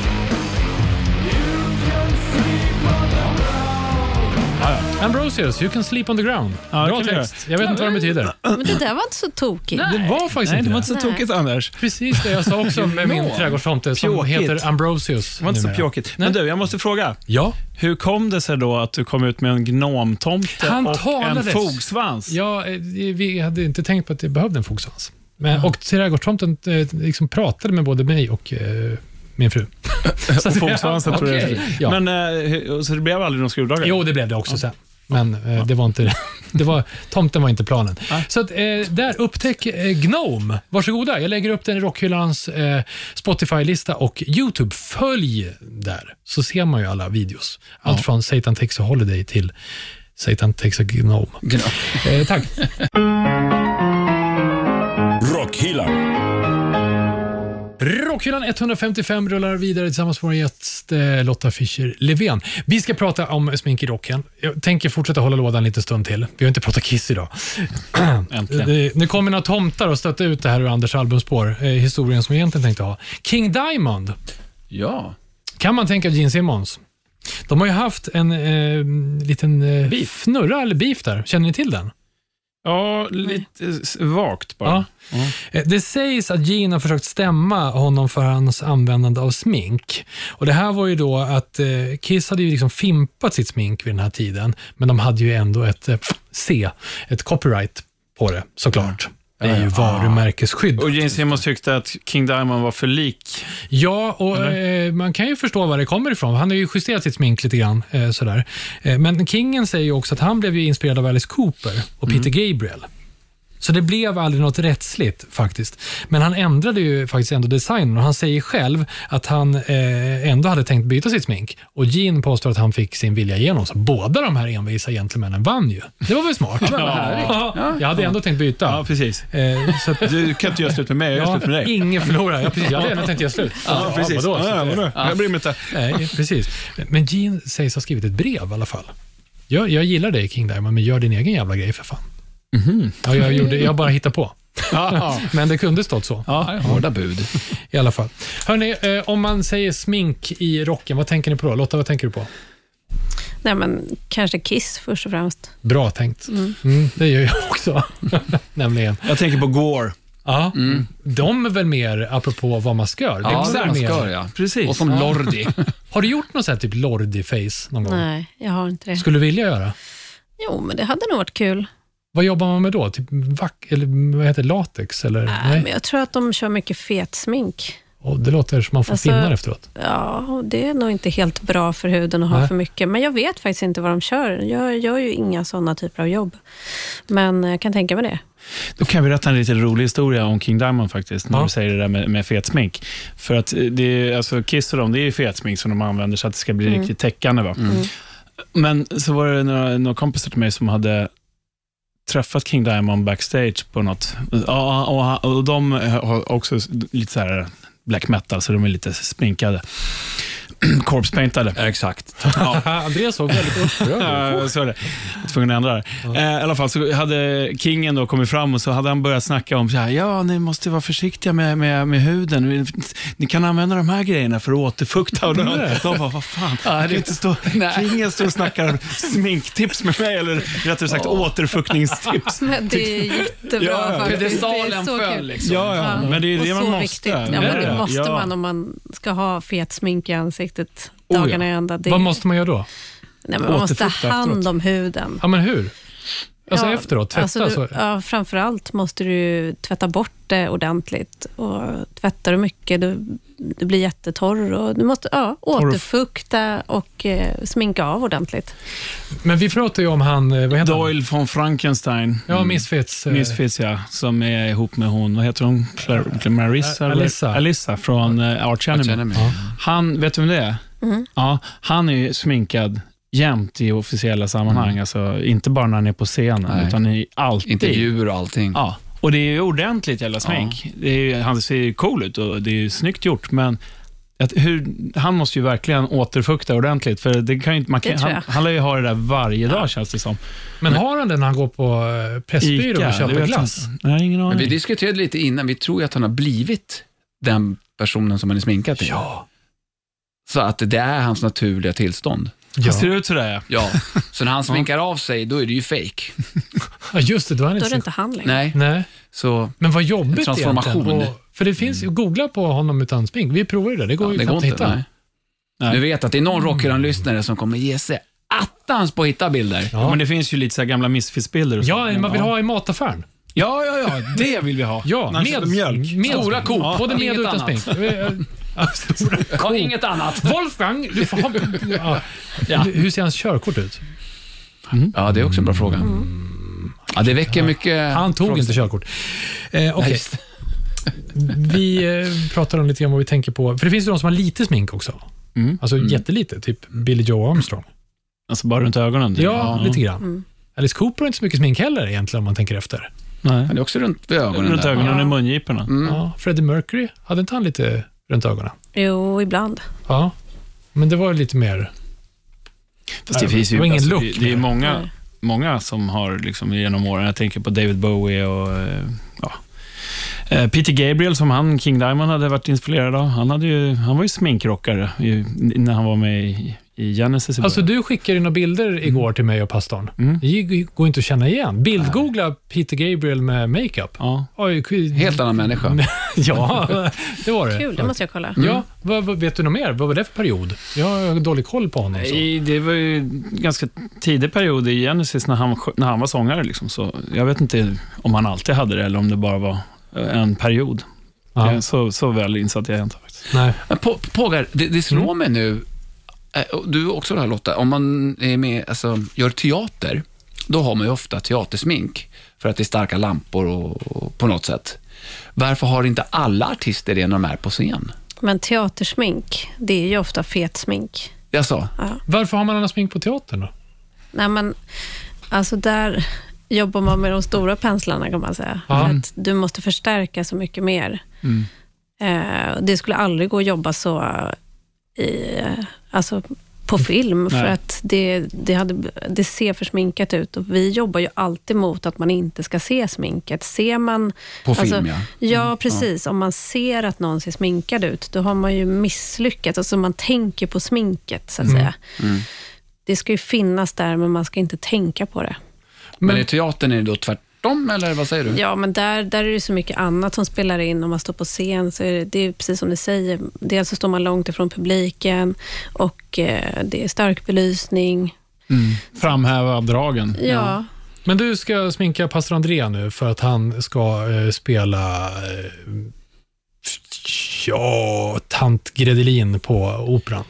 Ambrosius, you can sleep on the ground. Ja, det bra kan vi text. Jag vet inte vad det betyder. Men det där var inte så tokigt. Det var faktiskt Nej, inte det var det. inte så tokigt, Anders. Precis det jag sa också med min trädgårdstomte som Pjåkigt. heter Ambrosius. Det var inte så numera. pjåkigt. Men du, jag måste fråga. Ja. Hur kom det sig då att du kom ut med en gnomtomte Han och talades. en fogsvans? Ja, vi hade inte tänkt på att det behövde en fogsvans. Men, och trädgårdstomten liksom pratade med både mig och min fru. Så fogsvansen tror jag. okej. Ja. Men, så det blev aldrig någon skruvdragare? Jo, det blev det också sen. Men det var inte tomten var inte planen. Så att, där upptäck Gnome. Varsågoda, jag lägger upp den i Rockhyllans Spotify-lista och YouTube. Följ där, så ser man ju alla videos. Allt från Satan Takes a Holiday till Satan Takes a Gnome. Tack. Rockhyllan. Rockhyllan 155 rullar vidare tillsammans med vår gäst Lotta Fischer Levén. Vi ska prata om smink i rocken. Jag tänker fortsätta hålla lådan lite stund till. Vi har inte pratat Kiss idag. Äntligen. Nu kommer några tomtar och stötta ut det här ur Anders albumspår. Historien som jag egentligen tänkte ha. King Diamond. Ja. Kan man tänka Gene Simmons? De har ju haft en liten fnurra eller beef där. Känner ni till den? Ja, lite vagt bara. Ja. Det sägs att Gene har försökt stämma honom för hans användande av smink. Och det här var ju då att Kiss hade ju liksom fimpat sitt smink vid den här tiden. Men de hade ju ändå ett copyright på det, såklart. Det är ju varumärkesskydd. Och Gene Simmons tyckte att King Diamond var för lik. Ja, och man kan ju förstå var det kommer ifrån. Han har ju justerat sitt smink lite grann. Sådär. Men Kingen säger ju också att han blev ju inspirerad av Alice Cooper och Peter Gabriel. Så det blev aldrig något rättsligt faktiskt. Men han ändrade ju faktiskt ändå designen och han säger själv att han ändå hade tänkt byta sitt smink. Och Gene påstår att han fick sin vilja igenom. Så båda de här envisa gentlemännen vann ju. Det var väl smart? Jag hade ändå tänkt byta. Ja, precis. Så att, Du kan inte göra slut med mig, jag gör slut med dig. Ingen förlorar. Ja, precis. Jag hade ändå tänkt göra slut. Ja, precis. Vadå? Så- Jag bryr mig inte. Nej, precis. Men Gene sägs ha skrivit ett brev i alla fall. Jag gillar dig, King Diamond, men gör din egen jävla grej för fan. Ja, jag bara hittar på. Men det kunde stått så. Hårda bud. I alla fall. Hörrni, om man säger smink i rocken, vad tänker ni på då? Lotta, vad tänker du på? Nej, men kanske Kiss först och främst. Bra tänkt. Det gör jag också. Nämligen. Jag tänker på Gore. Ja, de är väl mer, apropå vad man skör. Ja, det det är man mer. ska, ja. Precis. Och som Lordi. Har du gjort något sånt här typ Lordi-face någon gång? Nej, jag har inte det. Skulle du vilja göra? Jo, men det hade nog varit kul. Vad jobbar man med då? Typ eller vad heter det, latex? Eller? Nej, men jag tror att de kör mycket fet smink. Och det låter som man får finnar efteråt. Ja, det är nog inte helt bra för huden att ha för mycket. Men jag vet faktiskt inte vad de kör. Jag gör ju inga sådana typer av jobb. Men jag kan tänka mig det. Då kan vi berätta en lite rolig historia om King Diamond faktiskt, när du säger det där med fetsmink. För att det är, alltså Kiss och det är ju fetsmink som de använder så att det ska bli riktigt täckande. Va? Men så var det några kompisar till mig som hade träffat King Diamond backstage på något. Och de har också lite så här black metal, så de är lite sminkade. Corpse-paintade. Exakt. Ja. Andreas såg väldigt upprörd. Ja, så är det. Jag var tvungen att ändra det. I alla fall så hade Kingen då kommit fram och så hade han börjat snacka om så här, ja, ni måste vara försiktiga med huden. Ni kan använda de här grejerna för att återfukta. Och de bara, vad fan? Kan inte stå, Kingen står och snackar sminktips med mig, eller rättare sagt återfuktningstips. Men det är jättebra faktiskt. Pedestalen föll liksom. Ja. Men det är det man måste. Viktigt. Ja, men det måste man om man ska ha fet smink i ansiktet dagarna i ända. Vad måste man göra då? Nej, men man måste ha hand om huden. Ja, men hur? Alltså efteråt, tvätta? Alltså framförallt måste du tvätta bort det ordentligt. Och tvättar du mycket, du blir jättetorr. Och du måste återfukta och sminka av ordentligt. Men vi pratar ju om han, vad heter Doyle von Frankenstein. Ja, Misfits. Misfits, ja. Som är ihop med hon, vad heter hon? Alyssa från Arch Enemy. Han, vet du vem det är? Ja, han är ju sminkad jämt i officiella sammanhang. Alltså, inte bara när han är på scenen, utan i alltid. Intervjuer och allting. Ja, och det är ju ordentligt jävla smink. Det är ju, han ser ju cool ut och det är ju snyggt gjort, men han måste ju verkligen återfukta ordentligt, för det kan ju inte, han lär ju ha det där varje dag, känns det som. Men har han det när han går på Pressbyrå och köper glass? Nej, ingen aning. Men vi diskuterade lite innan, vi tror ju att han har blivit den personen som han är sminkad till. Ja. Så att det är hans naturliga tillstånd. Ja. Ser det ut sådär? Ja. Så när han sminkar av sig, då är det ju fake. Ja, just det. Då är det inte han längre. Nej. Så men vad jobbigt transformation. För det finns ju, googla på honom utan smink. Vi provar ju det. Det går ju knappt att hitta. Nej. Du vet att det är någon Rockhyllan-lyssnare som kommer ge sig attans på att hitta bilder. Ja. Men det finns ju lite så här gamla Misfits-bilder. Ja, man vill ha i mataffären. Ja, det vill vi ha. Ja, med mjölk. Med stora kor. Både med och utan smink. Ja, inget annat. Wolfgang, du får ha... Hur ser hans körkort ut? Ja, det är också en bra fråga. Ja, det väcker mycket... Han tog inte körkort. Okej. Vi pratar om lite grann vad vi tänker på. För det finns ju de som har lite smink också. Alltså jättelite, typ Billy Joe Armstrong. Alltså bara runt ögonen? Ja, lite grann. Alice Cooper har inte så mycket smink heller egentligen, om man tänker efter. Nej. Men det är också runt ögonen. Runt ögonen och mungiporna. Ja, Freddie Mercury, hade inte han lite runt ögonen? Jo, ibland. Ja, men det var lite mer... Fast det finns ju... ingen look. Det är många som har liksom genom åren, jag tänker på David Bowie och Peter Gabriel, som King Diamond hade varit inspirerad av. Han var ju sminkrockare när han var med i Genesis. Alltså du skickade några bilder igår till mig och pastorn. Det går inte att känna igen. Bildgoogla Peter Gabriel med makeup. Ja. Helt annan människa. Ja, det var det. Kul, det måste jag kolla. Ja, vad vet du något mer? Vad var det för period? Jag har dålig koll på honom. Det var ju en ganska tidig period i Genesis när han var sångare. Liksom. Så jag vet inte om han alltid hade det eller om det bara var en period. Ja. Så väl insatt jag inte faktiskt. Nej. Pågar, det slår mig nu. Du också då, Lotta, om man är med, alltså, gör teater, då har man ju ofta teatersmink för att det är starka lampor och på något sätt. Varför har inte alla artister det när de är på scen? Men teatersmink, det är ju ofta fetsmink. Jaså? Ja. Varför har man annars smink på teatern då? Nej, men alltså där jobbar man med de stora penslarna, kan man säga. För att du måste förstärka så mycket mer. Det skulle aldrig gå att jobba så alltså på film. För att det ser för sminkat ut. Och vi jobbar ju alltid mot att man inte ska se sminket. Ser man... På film, ja, precis. Om man ser att någon ser sminkad ut, då har man ju misslyckats. Alltså man tänker på sminket, så att säga. Det ska ju finnas där, men man ska inte tänka på det. Men i teatern är det då tvärtom, eller vad säger du? Ja, men där är det så mycket annat som spelar in. Om man står på scen så är det precis som du säger. Dels så står man långt ifrån publiken och det är stark belysning. Framhäva dragen. Ja. Men du ska sminka pastor Andrea nu för att han ska spela Ja, Tant Gredelin på Operan.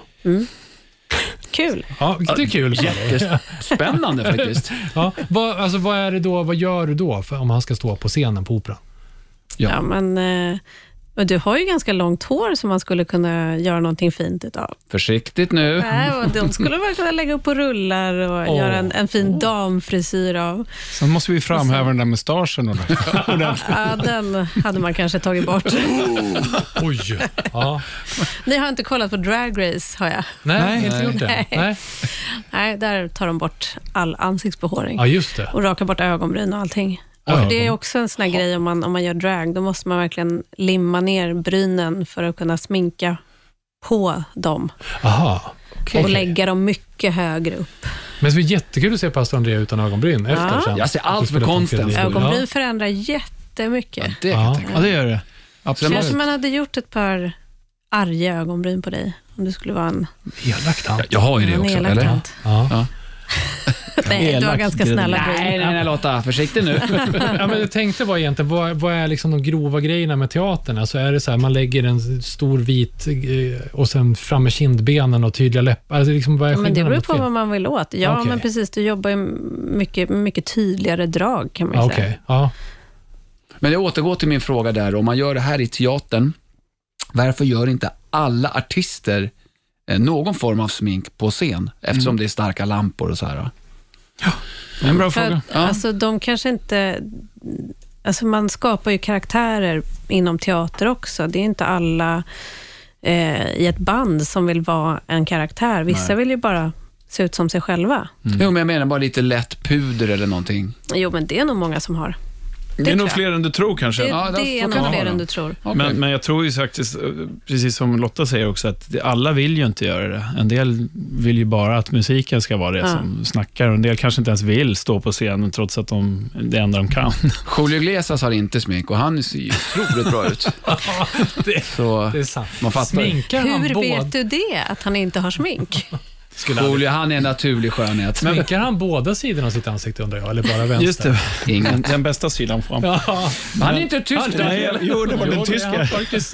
Kul. Ja, det är kul. Spännande faktiskt. Ja, vad är det då? Vad gör du då om han ska stå på scenen på Operan? Ja, men och du har ju ganska långt hår som man skulle kunna göra någonting fint utav. Försiktigt nu. Nej, och de skulle man kunna lägga upp på rullar och göra en fin damfrisyr av. Sen måste vi framhäva den där mustaschen. Ja, den hade man kanske tagit bort. Oj. Ja. Ni har inte kollat på Drag Race, har jag. Nej, inte gjort det. Nej. Nej, där tar de bort all ansiktsbehåring. Ja, just det. Och rakar bort ögonbryn och allting. För det är också en sån här grej om man gör drag. Då måste man verkligen limma ner brynen för att kunna sminka på dem. Aha. Okay. Och lägga dem mycket högre upp. Men det är jättekul att se pastor André utan ögonbryn efter sen. Jag ser allt för konsten. Ögonbryn förändrar jättemycket. Ja, det kan jag tänka. Ja, det gör det. Absolut. Kanske man hade gjort ett par arga ögonbryn på dig. Om du skulle vara en... Elakt han. Jag har ju det också, eller? Ja. Nej, du har ganska snälla bryn. Nej, Lotta, försiktig nu. Ja, men jag tänkte vad är liksom de grova grejerna med teatern? Alltså är det så här, man lägger en stor vit och sen fram med kindbenen och tydliga läppar? Alltså liksom, vad är men det beror på vad man vill åt. Ja, okay. Men precis, du jobbar ju mycket tydligare drag, kan man säga. Ja. Men jag återgår till min fråga där. Om man gör det här i teatern, varför gör inte alla artister någon form av smink på scen? Eftersom det är starka lampor och så här. Ja, det är en bra fråga. Alltså, de kanske inte... Alltså, man skapar ju karaktärer inom teater också. Det är inte alla i ett band som vill vara en karaktär. Vissa vill ju bara se ut som sig själva. Jo, men jag menar bara lite lätt puder eller någonting. Jo, men det är nog många som har. Det är nog fler än du tror kanske. Det är nog fler än du tror. Okay. Men jag tror ju faktiskt, precis som Lotta säger också, att alla vill ju inte göra det. En del vill ju bara att musiken ska vara det som snackar. Och en del kanske inte ens vill stå på scenen trots att det enda de kan. Julio Iglesias har inte smink och han ser ju otroligt bra ut. Det är sant. Man fattar. Sminkar han Hur vet du det, att han inte har smink? Julio, han är en naturlig skönhet. Sminkar han båda sidorna av sitt ansikte, undrar jag, eller bara vänster? Just det. Ingen. Den bästa sidan fram. Ja. Han är inte tysk. Jo, det var den tyska.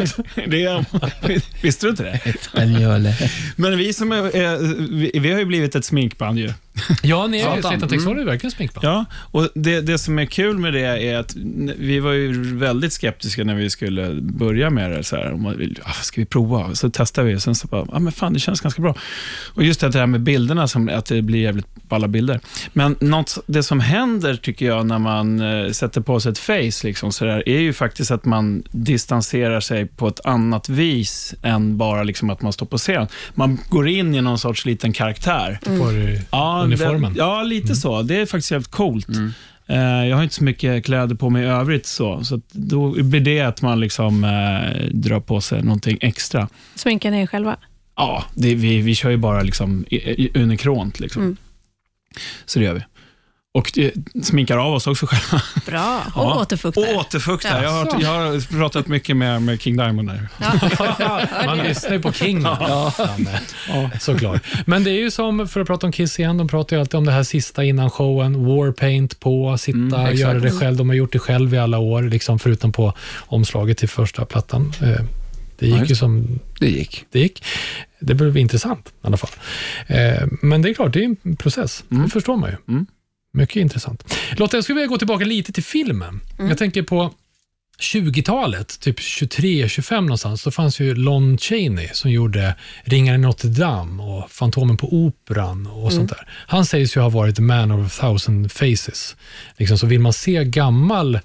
Visste du inte det? Men vi som vi har ju blivit ett sminkband ju. Ja, ni är ju verkligen sminkband. Ja, och det som är kul med det är att vi var ju väldigt skeptiska när vi skulle börja med det så här, om ska vi prova? Så testade vi och sen så bara, men fan, det känns ganska bra. Och just det här med bilderna, som att det blir jävligt balla bilder. Men det som händer, tycker jag, när man sätter på sig ett face liksom så där, är ju faktiskt att man distanserar sig på ett annat vis än bara liksom att man står på scen. Man går in i någon sorts liten karaktär. På uniformen. Ja, lite så. Det är faktiskt helt coolt. Jag har inte så mycket kläder på mig i övrigt så att då blir det att man liksom drar på sig någonting extra. Sminkar ni själva? Ja, vi kör ju bara liksom unikront liksom. Så det gör vi. Och sminkar av oss också själva. Bra, och återfuktar. Och återfuktar. Jag har pratat mycket med King Diamond där. Man lyssnar ju på King. Såklart. Men det är ju som, för att prata om Kiss igen, de pratar ju alltid om det här sista innan showen, Warpaint på, sitta och göra det själv. De har gjort det själv i alla år, liksom, förutom på omslaget till första plattan. Det gick ju som det gick. Det blev intressant i alla fall. Men det är klart, det är en process. Det förstår man ju. Mycket intressant. Lotta, jag skulle vilja gå tillbaka lite till filmen. Jag tänker på 20-talet, typ 23-25 någonstans, då fanns ju Lon Chaney som gjorde Ringaren i Notre Dame och Fantomen på Operan och sånt där. Han sägs ju ha varit the man of a thousand faces. Liksom, så vill man se gammal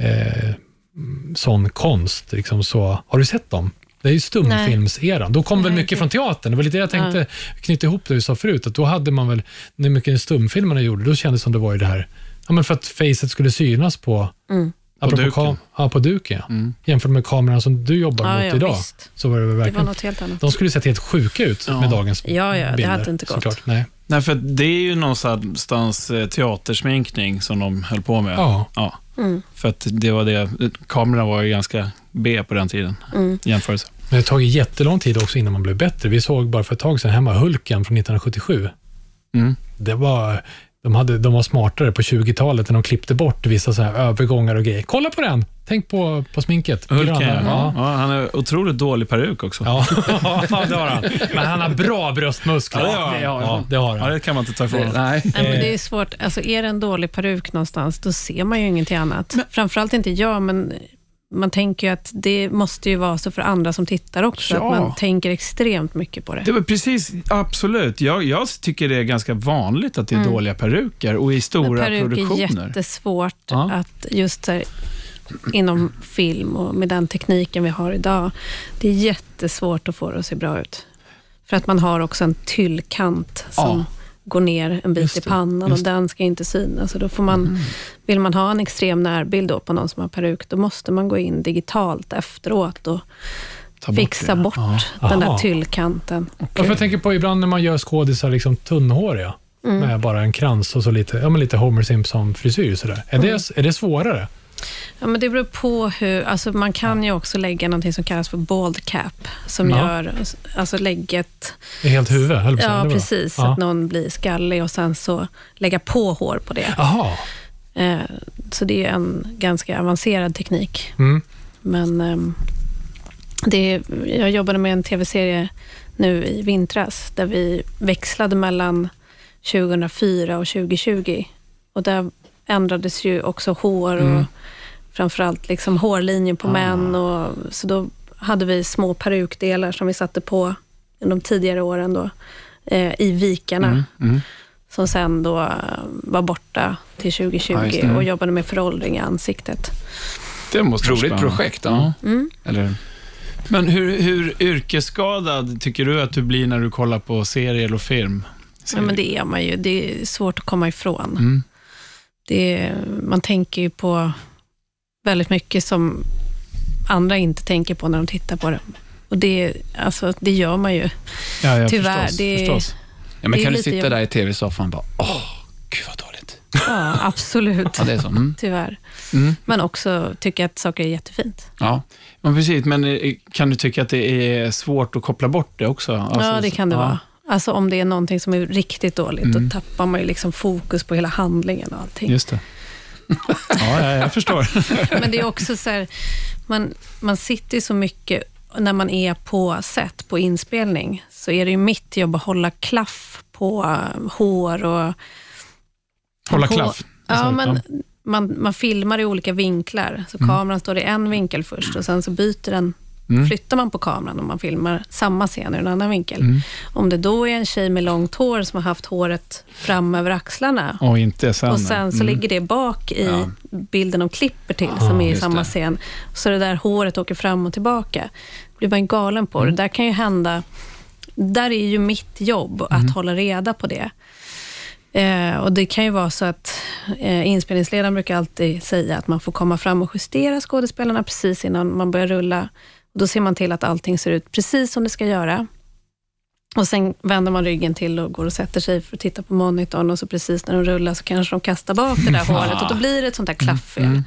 sån konst, liksom, så har du sett dem? Det är ju stumfilmseran. Då kom väl mycket från teatern. Det var lite det jag tänkte knyta ihop det du sa förut. Att då hade man väl, när mycket stumfilmerna gjorde, då kändes det som det var ju det här, men för att facet skulle synas på duken. På duken. Jämfört med kameran som du jobbar mot idag. Visst. Så var det verkligen. Det var något helt annat. De skulle sett helt sjuka ut med dagens bilder. Det hade inte gått. Såklart. Nej, för det är ju någonstans teatersminkning som de höll på med. Ja. För att det var det, kameran var ju ganska B på den tiden, jämförelse. Men det tog jättelång tid också innan man blev bättre. Vi såg bara för ett tag sedan hemma Hulken från 1977. Det var De var smartare på 20-talet när de klippte bort vissa så här övergångar och grejer. Kolla på den! Tänk på sminket. Hulken, ja, han är otroligt dålig peruk också. Ja, det har han. Men han har bra bröstmuskler. Ja, det har han. Ja, det kan man inte ta ifrån. Nej. Men det är svårt. Alltså, är det en dålig peruk någonstans, då ser man ju ingenting annat. Framförallt inte jag, men man tänker ju att det måste ju vara så för andra som tittar också. Ja. Att man tänker extremt mycket på det. Det var precis, absolut. Jag tycker det är ganska vanligt att det är dåliga peruker och i stora produktioner. Peruk är jättesvårt att just så här, inom film och med den tekniken vi har idag. Det är jättesvårt att få det att se bra ut. För att man har också en tyllkant som går ner en bit i pannan och den ska inte synas. Så då får man, vill man ha en extrem närbild då på någon som har peruk, då måste man gå in digitalt efteråt och fixa bort den där tyllkanten. Okay. Jag tänker på ibland när man gör skådisar liksom tunnhåriga med bara en krans och så lite Homer Simpson-frisyr sådär. Är det svårare? Ja, men det beror på hur, alltså man kan ju också lägga någonting som kallas för bald cap, som gör, alltså lägget i helt huvud, höll på ja, precis, så att någon blir skallig och sen så lägga på hår på det. Aha. Så det är en ganska avancerad teknik. Men jag jobbade med en tv-serie nu i vintras där vi växlade mellan 2004 och 2020 och där ändrades ju också hår och framförallt liksom hårlinjen på män och så då hade vi små perukdelar som vi satte på i de tidigare åren då i vikarna som sen då var borta till 2020 och jobbade med föråldring i ansiktet. Det måste vara roligt projekt då. Eller? Men hur yrkesskadad tycker du att du blir när du kollar på serier och film? Ja, men det är man ju. Det är svårt att komma ifrån. Man tänker ju på väldigt mycket som andra inte tänker på när de tittar på det. Och det gör man ju. Ja, tyvärr. Förstås. Ja, men kan du sitta där i tv-soffan och bara, gud vad dåligt. Ja, absolut. Ja, det är så. Tyvärr. Men också tycker att saker är jättefint. Ja. Men precis, men kan du tycka att det är svårt att koppla bort det också? Alltså, ja, det kan det vara. Alltså om det är någonting som är riktigt dåligt, då tappar man ju liksom fokus på hela handlingen och allting. Just det. Ja, jag förstår. Men det är också så här, man sitter så mycket när man är på set, på inspelning, så är det ju mitt jobb att hålla klaff på hår och... Hålla klaff? Ja, men man filmar i olika vinklar. Så kameran står i en vinkel först och sen så byter den. Flyttar man på kameran och man filmar samma scen i en annan vinkel. Om det då är en tjej med långt hår som har haft håret fram över axlarna och inte sen. Och sen så ligger det bak i bilden de klipper till som är i samma scen. Så det där håret åker fram och tillbaka. Blir man galen på det. Där kan ju hända, där är ju mitt jobb att hålla reda på det. Och det kan ju vara så att inspelningsledaren brukar alltid säga att man får komma fram och justera skådespelarna precis innan man börjar rulla. Och då ser man till att allting ser ut precis som det ska göra. Och sen vänder man ryggen till och går och sätter sig för att titta på monitorn och så precis när de rullar så kanske de kastar bak det där håret och då blir det ett sånt där klafffel.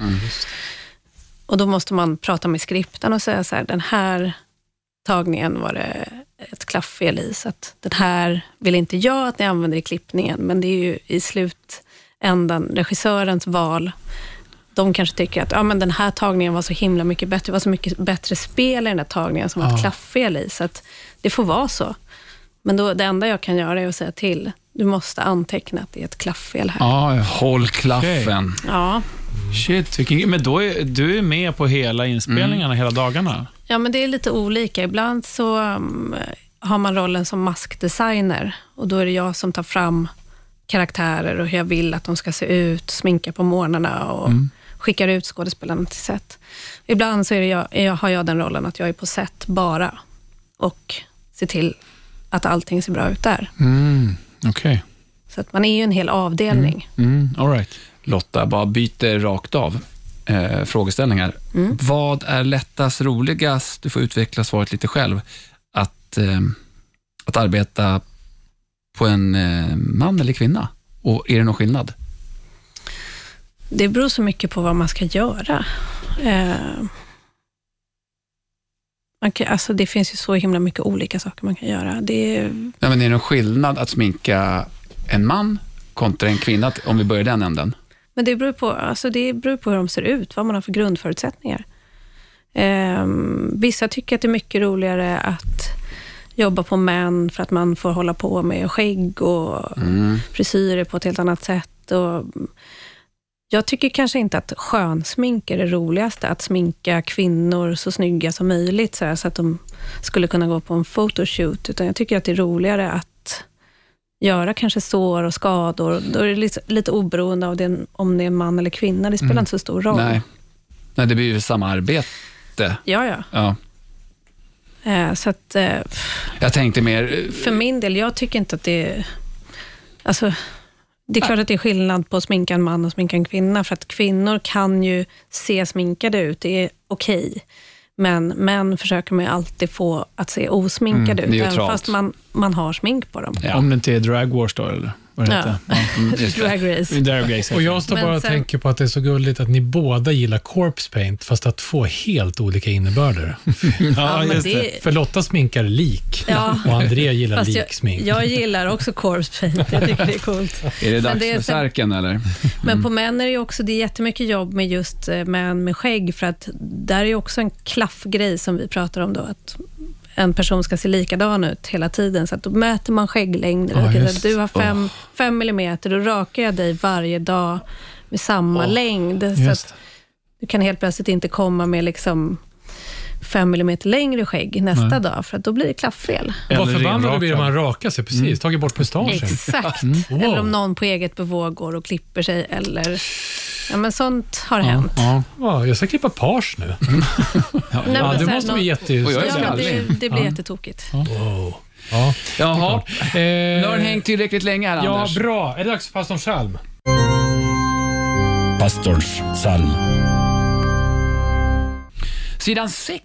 Och då måste man prata med skripten och säga så här, den här tagningen var det ett klafffel i, så att den här vill inte jag att ni använder i klippningen, men det är ju i slutändan regissörens val. De kanske tycker att men den här tagningen var så himla mycket bättre, det var så mycket bättre spel i den här tagningen som var ett klafffel i, så att det får vara så. Men då, det enda jag kan göra är att säga till, du måste anteckna att det är ett klafffel här. Håll klaffen. Okay. Ja. Shit, men då du är med på hela inspelningarna hela dagarna? Ja, men det är lite olika. Ibland så har man rollen som maskdesigner och då är det jag som tar fram karaktärer och hur jag vill att de ska se ut, sminka på morgnarna och skickar ut skådespelarna till set. Ibland så är det har jag den rollen att jag är på set bara och ser till att allting ser bra ut där. Okej. Så att man är ju en hel avdelning. All right. Lotta, bara byter rakt av frågeställningar. Vad är lättast, roligast, du får utveckla svaret lite själv, att arbeta på en man eller kvinna? Och är det någon skillnad? Det beror så mycket på vad man ska göra. Det finns ju så himla mycket olika saker man kan göra. Men är det någon skillnad att sminka en man kontra en kvinna, om vi börjar den änden? Men det beror på hur de ser ut, vad man har för grundförutsättningar. Vissa tycker att det är mycket roligare att jobba på män för att man får hålla på med skägg och frisyrer på ett helt annat sätt. Och jag tycker kanske inte att skönsmink är det roligaste, att sminka kvinnor så snygga som möjligt så att de skulle kunna gå på en photoshoot, utan jag tycker att det är roligare att göra kanske sår och skador. Då är det lite oberoende av om det är man eller kvinna, det spelar inte så stor roll. Nej, det blir ju samma arbete. Ja. Så att jag tänkte mer... För min del, jag tycker inte att det... Alltså, det är klart att det är skillnad på att sminka en man och sminka en kvinna, för att kvinnor kan ju se sminkade ut, det är okej. Men män försöker man ju alltid få att se osminkade ut, även fast man har smink på dem. Ja. Om det inte är Drag Wars då, eller vad det heter? Drag Race. Och jag står bara och tänker på att det är så gulligt att ni båda gillar corpse paint, fast att få helt olika innebörder. Just det. För Lotta sminkar lik, och Andrea gillar liksmink. Jag gillar också corpse paint, jag tycker det är coolt. Är det dags för särken, eller? Men på män är det ju också, det är jättemycket jobb med just män med skägg, för att där är ju också en klaffgrej som vi pratar om då, att en person ska se likadan ut hela tiden, så att då mäter man skägglängder. Du har 5 millimeter, då rakar jag dig varje dag med samma längd. Så att du kan helt plötsligt inte komma med liksom 5 millimeter längre skägg nästa dag, för att då blir det klafffel. Vad förbannad blir man rakar sig precis, tagit bort mustaschen. Exakt. Wow. Eller om någon på eget bevåg går och klipper sig, eller... Ja, men sånt har hänt. Ja, jag ska klippa pars nu. Det måste bli det blir jättetokigt. Wow. Jaha. Nu har den hängt tillräckligt länge här, Anders. Ja, bra. Är det dags för pastorns psalm? Pastorns psalm. Sidan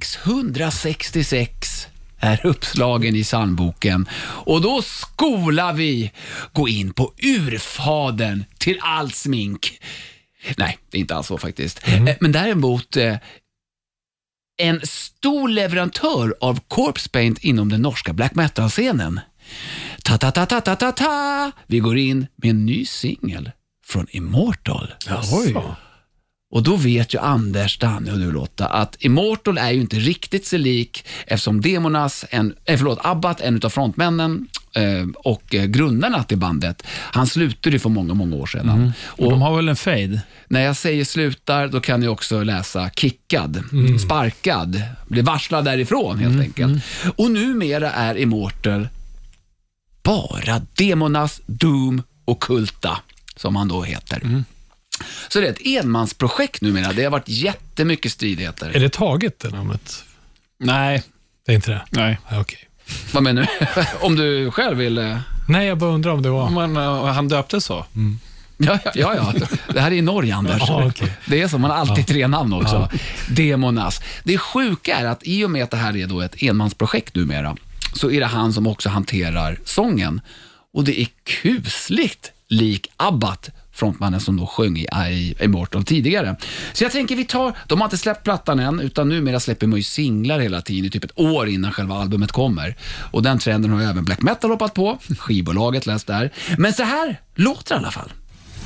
666 är uppslagen i psalmboken. Och då skolar vi gå in på urfadern till all smink. Nej, det är inte alls så faktiskt. Men däremot en stor leverantör av corpse paint inom den norska black metal-scenen. Ta-ta-ta-ta-ta-ta! Vi går in med en ny singel från Immortal. Oj. Och då vet ju Anders, Danne och du Lotta, att Immortal är ju inte riktigt så lik, eftersom Abbat, en av frontmännen och grundarna till bandet, han slutade ju för många, många år sedan. Och de har väl en fade? När jag säger slutar, då kan jag också läsa kickad, sparkad, blir varslad därifrån helt enkelt. Och numera är Immortal bara Demonas, Doom och Kulta, som han då heter. Så det är ett enmansprojekt numera. Det har varit jättemycket stridigheter. Är det taget det namnet? Nej. Det är inte det? Nej. Okej. Vad menar du? Om du själv vill... Nej, jag bara undrar om det var... Men han döpte så. Ja. Det här är i Norge, Anders. Okay. Det är som man alltid 3 namn också. Demonas. Det sjuka är att i och med att det här är då ett enmansprojekt numera, så är det han som också hanterar sången. Och det är kusligt lik Abbat, frontmannen som då sjöng i Immortal tidigare. Så jag tänker de har inte släppt plattan än, utan numera släpper man ju singlar hela tiden, typ ett år innan själva albumet kommer. Och den trenden har även black metal hoppat på, skivbolaget läst där. Men så här låter det i alla fall.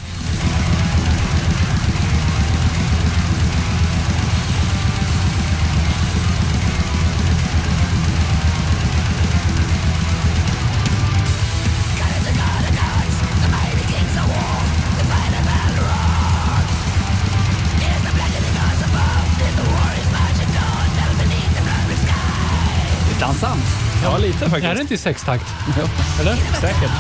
Dansant. Ja, lite faktiskt. Är det inte i sextakt? Ja. Eller? Säkert.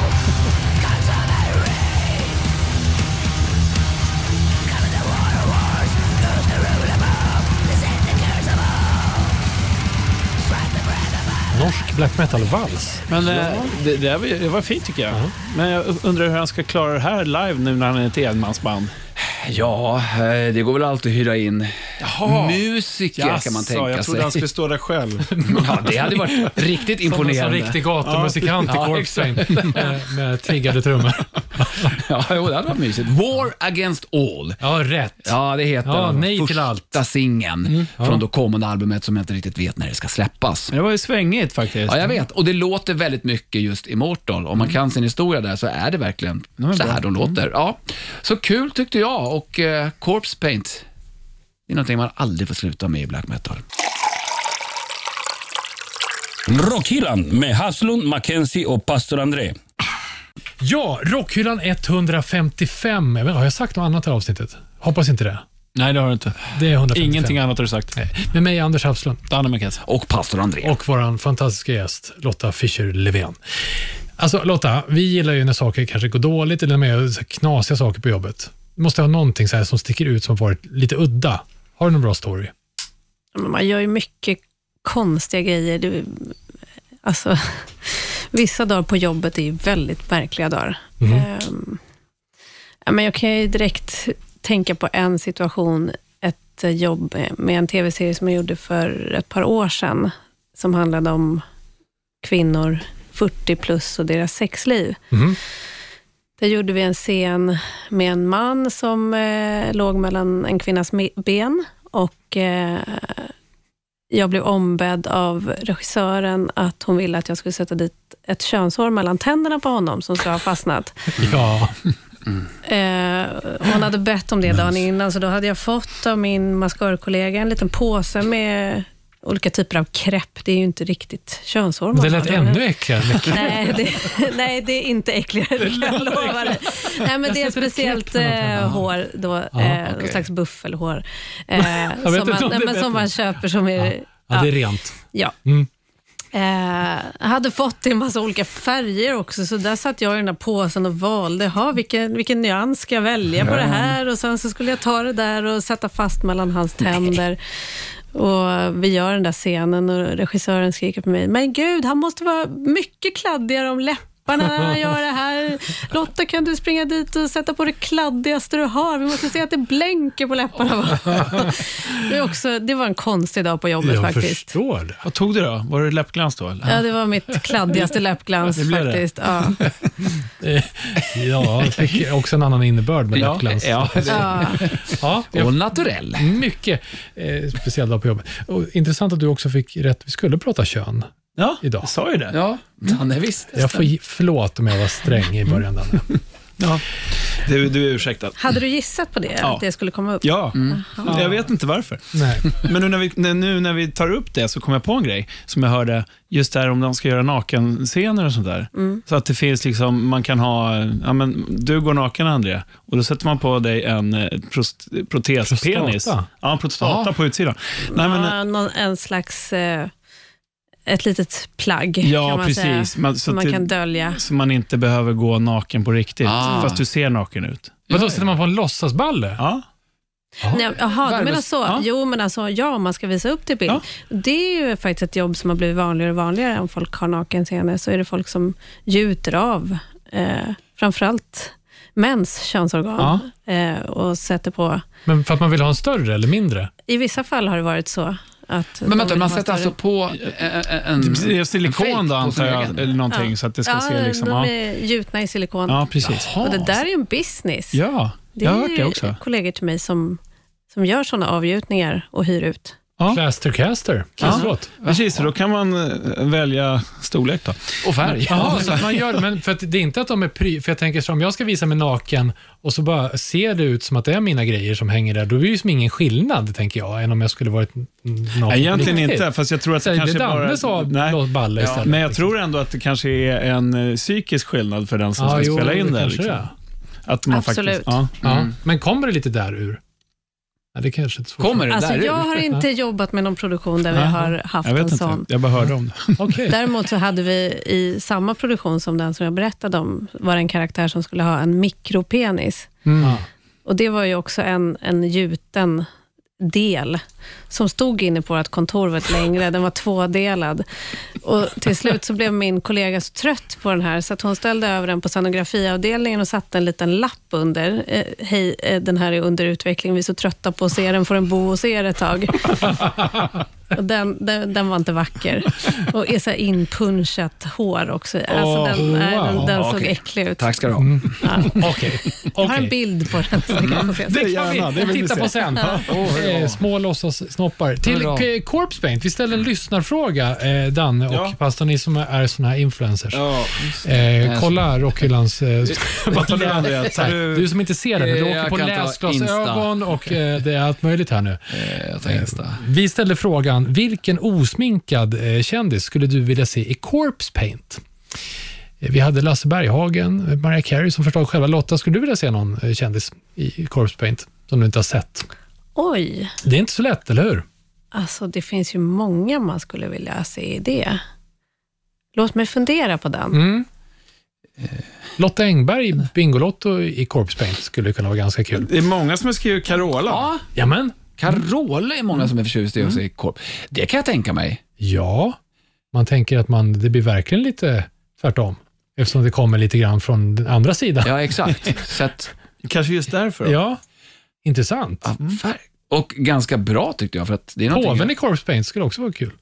Norsk black metal-vals. Men det var fint tycker jag. Men jag undrar hur han ska klara det här live nu när han är ett enmansband. Ja, det går väl alltid att hyra in musiker kan man tänka jag trodde sig. han skulle stå där själv. Ja, det hade varit riktigt Som imponerande. en riktig gatumusikant i Corpse Paint med triggade trummor. Ja, jo, det hade varit mysigt. War Against All. Ja, rätt. Ja, det heter Ja, den nej till allt. första singeln från då kommande albumet som jag inte riktigt vet när det ska släppas. Det var ju svängigt faktiskt. Ja, jag vet. Och det låter väldigt mycket just Immortal. Om man kan sin historia där så är det verkligen så här de låter. Ja. Så kul tyckte jag. Och Corpse Paint, det är någonting man aldrig får sluta med i black metal. Rockhyllan med Haslund, Mackenzie och Pastor André. Ja, Rockhyllan 155. Har jag sagt något annat i avsnittet? Hoppas inte det. Nej, det har du inte. Det är 155. Ingenting annat har du sagt. Nej. Med mig, Anders Hafslund. Danne Mackenzie. Och Pastor André. Och vår fantastiska gäst, Lotta Fischer-Levén. Alltså Lotta, vi gillar ju när saker kanske går dåligt eller med så knasiga saker på jobbet. Du måste ha någonting så här som sticker ut som varit lite udda. Har du någon bra story? Man gör ju mycket konstiga grejer. Alltså, vissa dagar på jobbet är ju väldigt märkliga dagar. Men jag kan ju direkt tänka på en situation, ett jobb med en tv-serie som jag gjorde för ett par år sedan, som handlade om kvinnor 40 plus och deras sexliv. Där gjorde vi en scen med en man som låg mellan en kvinnas ben, och jag blev ombedd av regissören att hon ville att jag skulle sätta dit ett könshår mellan tänderna på honom som ska ha fastnat. Ja. Hon hade bett om det dagen innan, så då hade jag fått av min maskarkollega en liten påse med olika typer av krepp. Det är ju inte riktigt könshår. Men det lät ännu äckligare. Nej, det är inte äckligare, det kan jag lova dig. Nej, men det är ett speciellt hår då, någon slags buffelhår som man köper som är... Ja, det är rent. Ja. Hade fått en massa olika färger också, så där satt jag i den där påsen och valde, vilken nyans ska jag välja på det här, och sen så skulle jag ta det där och sätta fast mellan hans tänder. Och vi gör den där scenen och regissören skriker på mig, men gud, han måste vara mycket kladdigare om läpparna när han gör det här. Lotta, kan du springa dit och sätta på det kladdigaste du har? Vi måste se att det blänker på läpparna. Det var en konstig dag på jobbet faktiskt. Jag förstår det. Vad tog du då? Var det läppglans då? Eller? Ja, det var mitt kladdigaste läppglans faktiskt. Det. Ja. Ja, det fick också en annan innebörd med läppglans. Ja. Och naturell. Mycket speciell dag på jobbet. Och intressant att du också fick rätt. Vi skulle prata kön idag. Jag sa ju det. Ja, Danne visst. Jag får förlåt om jag var sträng i början. Ja. Du är ursäktad. Hade du gissat på det? Att det skulle komma upp? Ja, jag vet inte varför. Nej. Men nu när vi tar upp det så kommer jag på en grej som jag hörde just där om de ska göra nakenscener och sånt där. Så att det finns liksom, man kan ha, du går naken, André, och då sätter man på dig en protespenis. Ja, en prostata på utsidan. Nej, men, en slags... ett litet plagg, kan man säga, som man kan dölja. Så man inte behöver gå naken på riktigt, fast du ser naken ut. Men då sätter man på en låtsasballe? Ja. Nej, jaha, du menar så? Ja. Jo, men alltså, man ska visa upp till bild. Ja. Det är ju faktiskt ett jobb som har blivit vanligare och vanligare. Om folk har nakenscener så är det folk som gjuter av framförallt mäns könsorgan och sätter på... Men för att man vill ha en större eller mindre? I vissa fall har det varit så. Men vänta, man sätter alltså på en silikon då, antar jag, eller någonting, så att det ska se liksom... de är gjutna i silikon. Ja, precis. Och det där är ju en business. Ja, jag har hört det också. Det är kollegor till mig som gör sådana avgjutningar och hyr ut. Caster. Precis, så då kan man välja storlek då. Och färg. Ja, så man gör, men för att det är inte att de är för jag tänker så, om jag ska visa mig naken och så bara ser det ut som att det är mina grejer som hänger där, då är det ju som ingen skillnad, tänker jag, än om jag skulle varit naken. Nej, egentligen inte, fast jag tror att det kanske bara... balle istället. Men jag tror ändå att det kanske är en psykisk skillnad för den som ska spela in det. Liksom. Att man absolut. Faktiskt, Men kommer det lite där ur? Ja, det kanske inte kommer det där jag har inte jobbat med någon produktion där vi har haft en sån. Jag bara hörde om det. Okay. Däremot så hade vi i samma produktion som den som jag berättade om, var en karaktär som skulle ha en mikropenis. Och det var ju också en gjuten del som stod inne på vårt kontor var längre. Den var 2-delad. Och till slut så blev min kollega så trött på den här så att hon ställde över den på sonografiavdelningen och satte en liten lapp under. Hej, den här är under utveckling. Vi är så trötta på att se den. Får en bo och se ett tag. Och den var inte vacker. Och är så här inpunchat hår också. Alltså den såg äcklig ut. Tack ska du ha. Okej. Jag har en bild på den. Det kan vi titta på sen. Små låtsas-snoppar. Till Corpse Paint, vi ställer en lyssnarfråga, Danne och pastor, ni som är såna här influencers. Kolla Rockhyllans... du som inte ser det, men du åker på läsglasögon och det är allt möjligt här nu. Vi ställde frågan, vilken osminkad kändis skulle du vilja se i Corpse Paint? Vi hade Lasse Berghagen, Mariah Carey som förstod själva. Lotta, skulle du vilja se någon kändis i Corpse Paint som du inte har sett? Oj. Det är inte så lätt, eller hur? Alltså, det finns ju många man skulle vilja se i det. Låt mig fundera på den. Lotta Engberg, Bingolotto i Corpse Paint skulle kunna vara ganska kul. Det är många som har skrivit Carola. Ja. Jamen. Carola är många som är förtjust i att se Corp. Det kan jag tänka mig. Ja, man tänker att det blir verkligen lite tvärtom. Eftersom det kommer lite grann från den andra sidan. Ja, exakt. Så att, kanske just därför. Ja, intressant. Och ganska bra tyckte jag. För att det är Påven i Corpse Paint skulle också vara kul.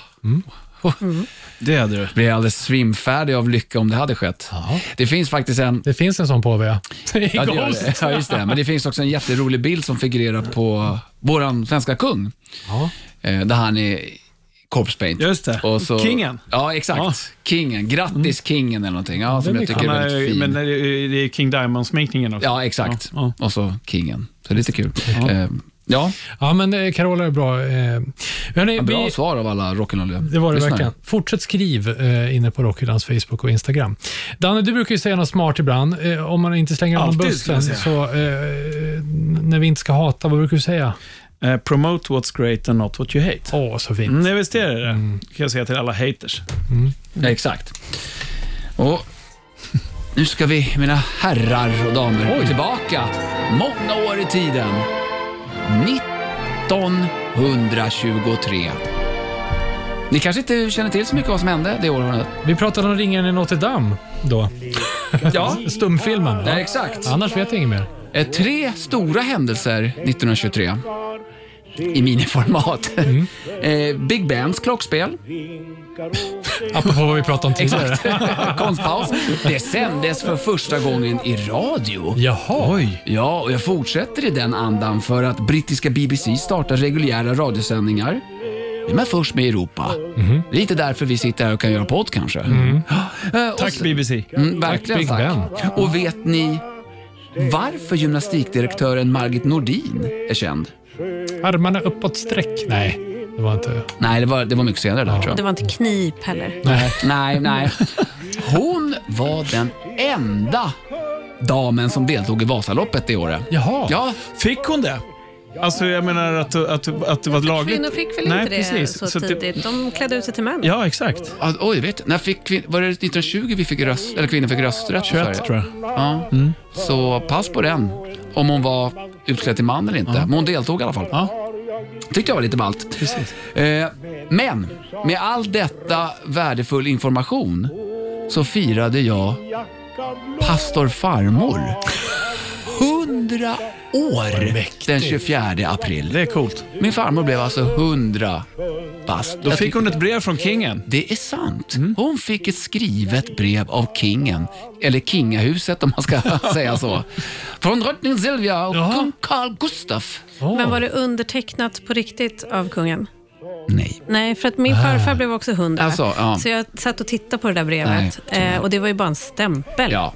Det hade du. Jag blev alldeles svimfärdig av lycka om det hade skett. Ja. Det finns faktiskt Det finns en sån påve, ja. Ja, just det. Men det finns också en jätterolig bild som figurerar på våran svenska kung. Ja. Där han är Corpse Paint. Just det. Och så, Kingen. Ja, exakt. Ja. Kingen. Grattis Kingen eller någonting. Ja, som jag tycker är väldigt fin. Men det är King Diamond-sminkningen också. Ja, exakt. Ja. Och så Kingen. Så det är lite kul. Ja, men Carola är bra. Bra svar av alla rock'n'roll. Det var det verkligen. Fortsätt skriv inne på Rockhyllans Facebook och Instagram. Danne, du brukar ju säga något smart ibland. Om man inte slänger någon bussen så när vi inte ska hata, vad brukar du säga? Promote what's great and not what you hate. Så fint. Visst är det. Kan jag säga till alla haters. Ja, exakt. Och nu ska vi, mina herrar och damer, gå tillbaka många år i tiden. 1923. Ni kanske inte känner till så mycket vad som hände det året. Vi pratade om Ringen i Notre Dame då. Ja. Stumfilmen. Ja, exakt. Annars vet jag inget mer. 3 stora händelser 1923 i miniformat. Big Bands klockspel. Apropå vad vi pratade om tidigare. Konstpaus. Det sändes för första gången i radio. Jaha. Oj. Ja, och jag fortsätter i den andan för att brittiska BBC startar reguljära radiosändningar. Det är man först med i Europa. Lite därför vi sitter här och kan göra podd kanske. Tack BBC. Verkligen tack. Och vet ni varför gymnastikdirektören Margit Nordin är känd? Armarna uppåt sträck. Nej, det var inte... Nej, det var mycket senare där, tror jag. Det var inte knip heller. Nej. Hon var den enda damen som deltog i Vasaloppet det året. Jaha. Ja. Fick hon det? Alltså jag menar att det var lagligt. Kvinnor fick väl inte det så tidigt. De klädde ut sig till män. Ja, exakt. Oj, vet. När var det 1920 vi fick kvinnor fick rösträtt i Sverige? 21, tror jag. Ja. Så pass på den. Om hon var utklädd till man eller inte. Men hon deltog i alla fall. Ja. Tyckte jag var lite ballt. Precis. Men med all detta värdefull information så firade jag pastor farmor 100 år den 24 april. Det är coolt. Min farmor blev alltså 100 bast. Då fick hon ett brev från kingen. Det är sant. Hon fick ett skrivet brev av kingen. Eller kingahuset om man ska säga så. Från drottning Silvia och kung Carl Gustaf. Men var det undertecknat på riktigt av kungen? Nej, för att min farfar blev också 100. Alltså, ja. Så jag satt och tittade på det där brevet. Och det var ju bara en stämpel. Ja.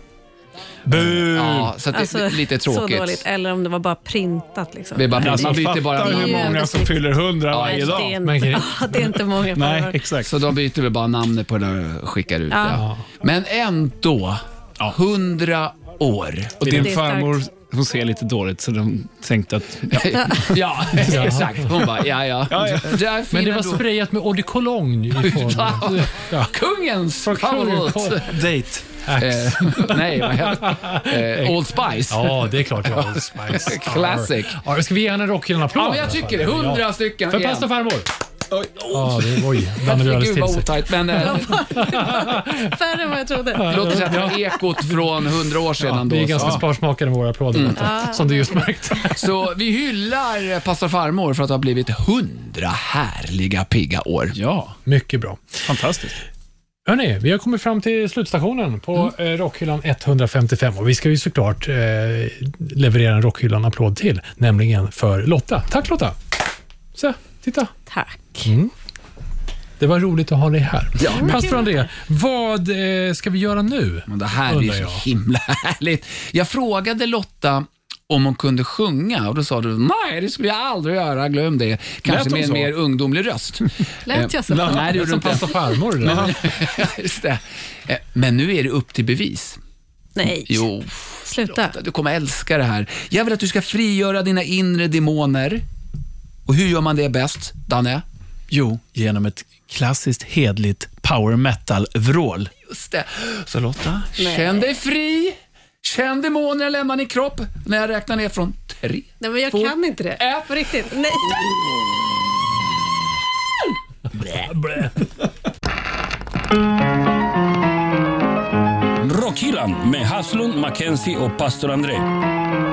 Ja, så det är lite tråkigt. Så dåligt, eller om det var bara printat liksom. Det är bara man byter Fattar bara hur många som fyller 100 varje dag. Det är inte många. Nej, exakt. Så de byter väl bara namnet på det och skickar ut det. Men ändå 100 år. Och din farmor, hon ser lite dåligt så de tänkte att... Ja, exakt. Hon bara, ja. Men det var sprayat med eau de cologne i form. Kungens favorit. Date. Nej, vad heter Old Spice. Ja, det är klart. Ja, Old Spice. Classic. Ja, ska vi ge henne en Rockhyllan applåd? Ja, men jag tycker det. 100 stycken. För igen. pastor farmor. Oj. Ja, det är oj. Danne rördes Gud till vad sig. otajt, men Färre än vad jag trodde. det låter som att ekot från 100 år sedan. Vi är då, ganska så. sparsmakade med våra applåder, som du just märkt. Så vi hyllar pastor farmor för att det har blivit 100 härliga pigga år. Ja, Mycket bra. fantastiskt. Hörrni, vi har kommit fram till slutstationen på Rockhyllan 155 och vi ska ju såklart leverera en Rockhyllan-applåd till, nämligen för Lotta. Tack Lotta! Så, titta. Tack. Det var roligt att ha dig här. Ja. Pastor André, vad ska vi göra nu? Men det här är Undrar så jag. himla härligt. Jag frågade Lotta om hon kunde sjunga och då sa du, nej det skulle jag aldrig göra, glöm det. Kanske Lät hon med en så? mer ungdomlig röst. Lät jag så? Nej, det gjorde du Som inte. pastor farmor. Men, just det. Men nu är det upp till bevis. Nej. Jo, Sluta. du kommer älska det här. Jag vill att du ska frigöra dina inre demoner. Och hur gör man det bäst, Danne? Jo, genom ett klassiskt hedligt power metal-vrål. Just det. Så Lotta, känn dig fri. Känn demonerna lämna din kropp när jag räknar ner från 3. Nej, men jag 2, kan inte det. 1. På riktigt. Nej. Rockhyllan med Haslund, Mackenzie och pastor André.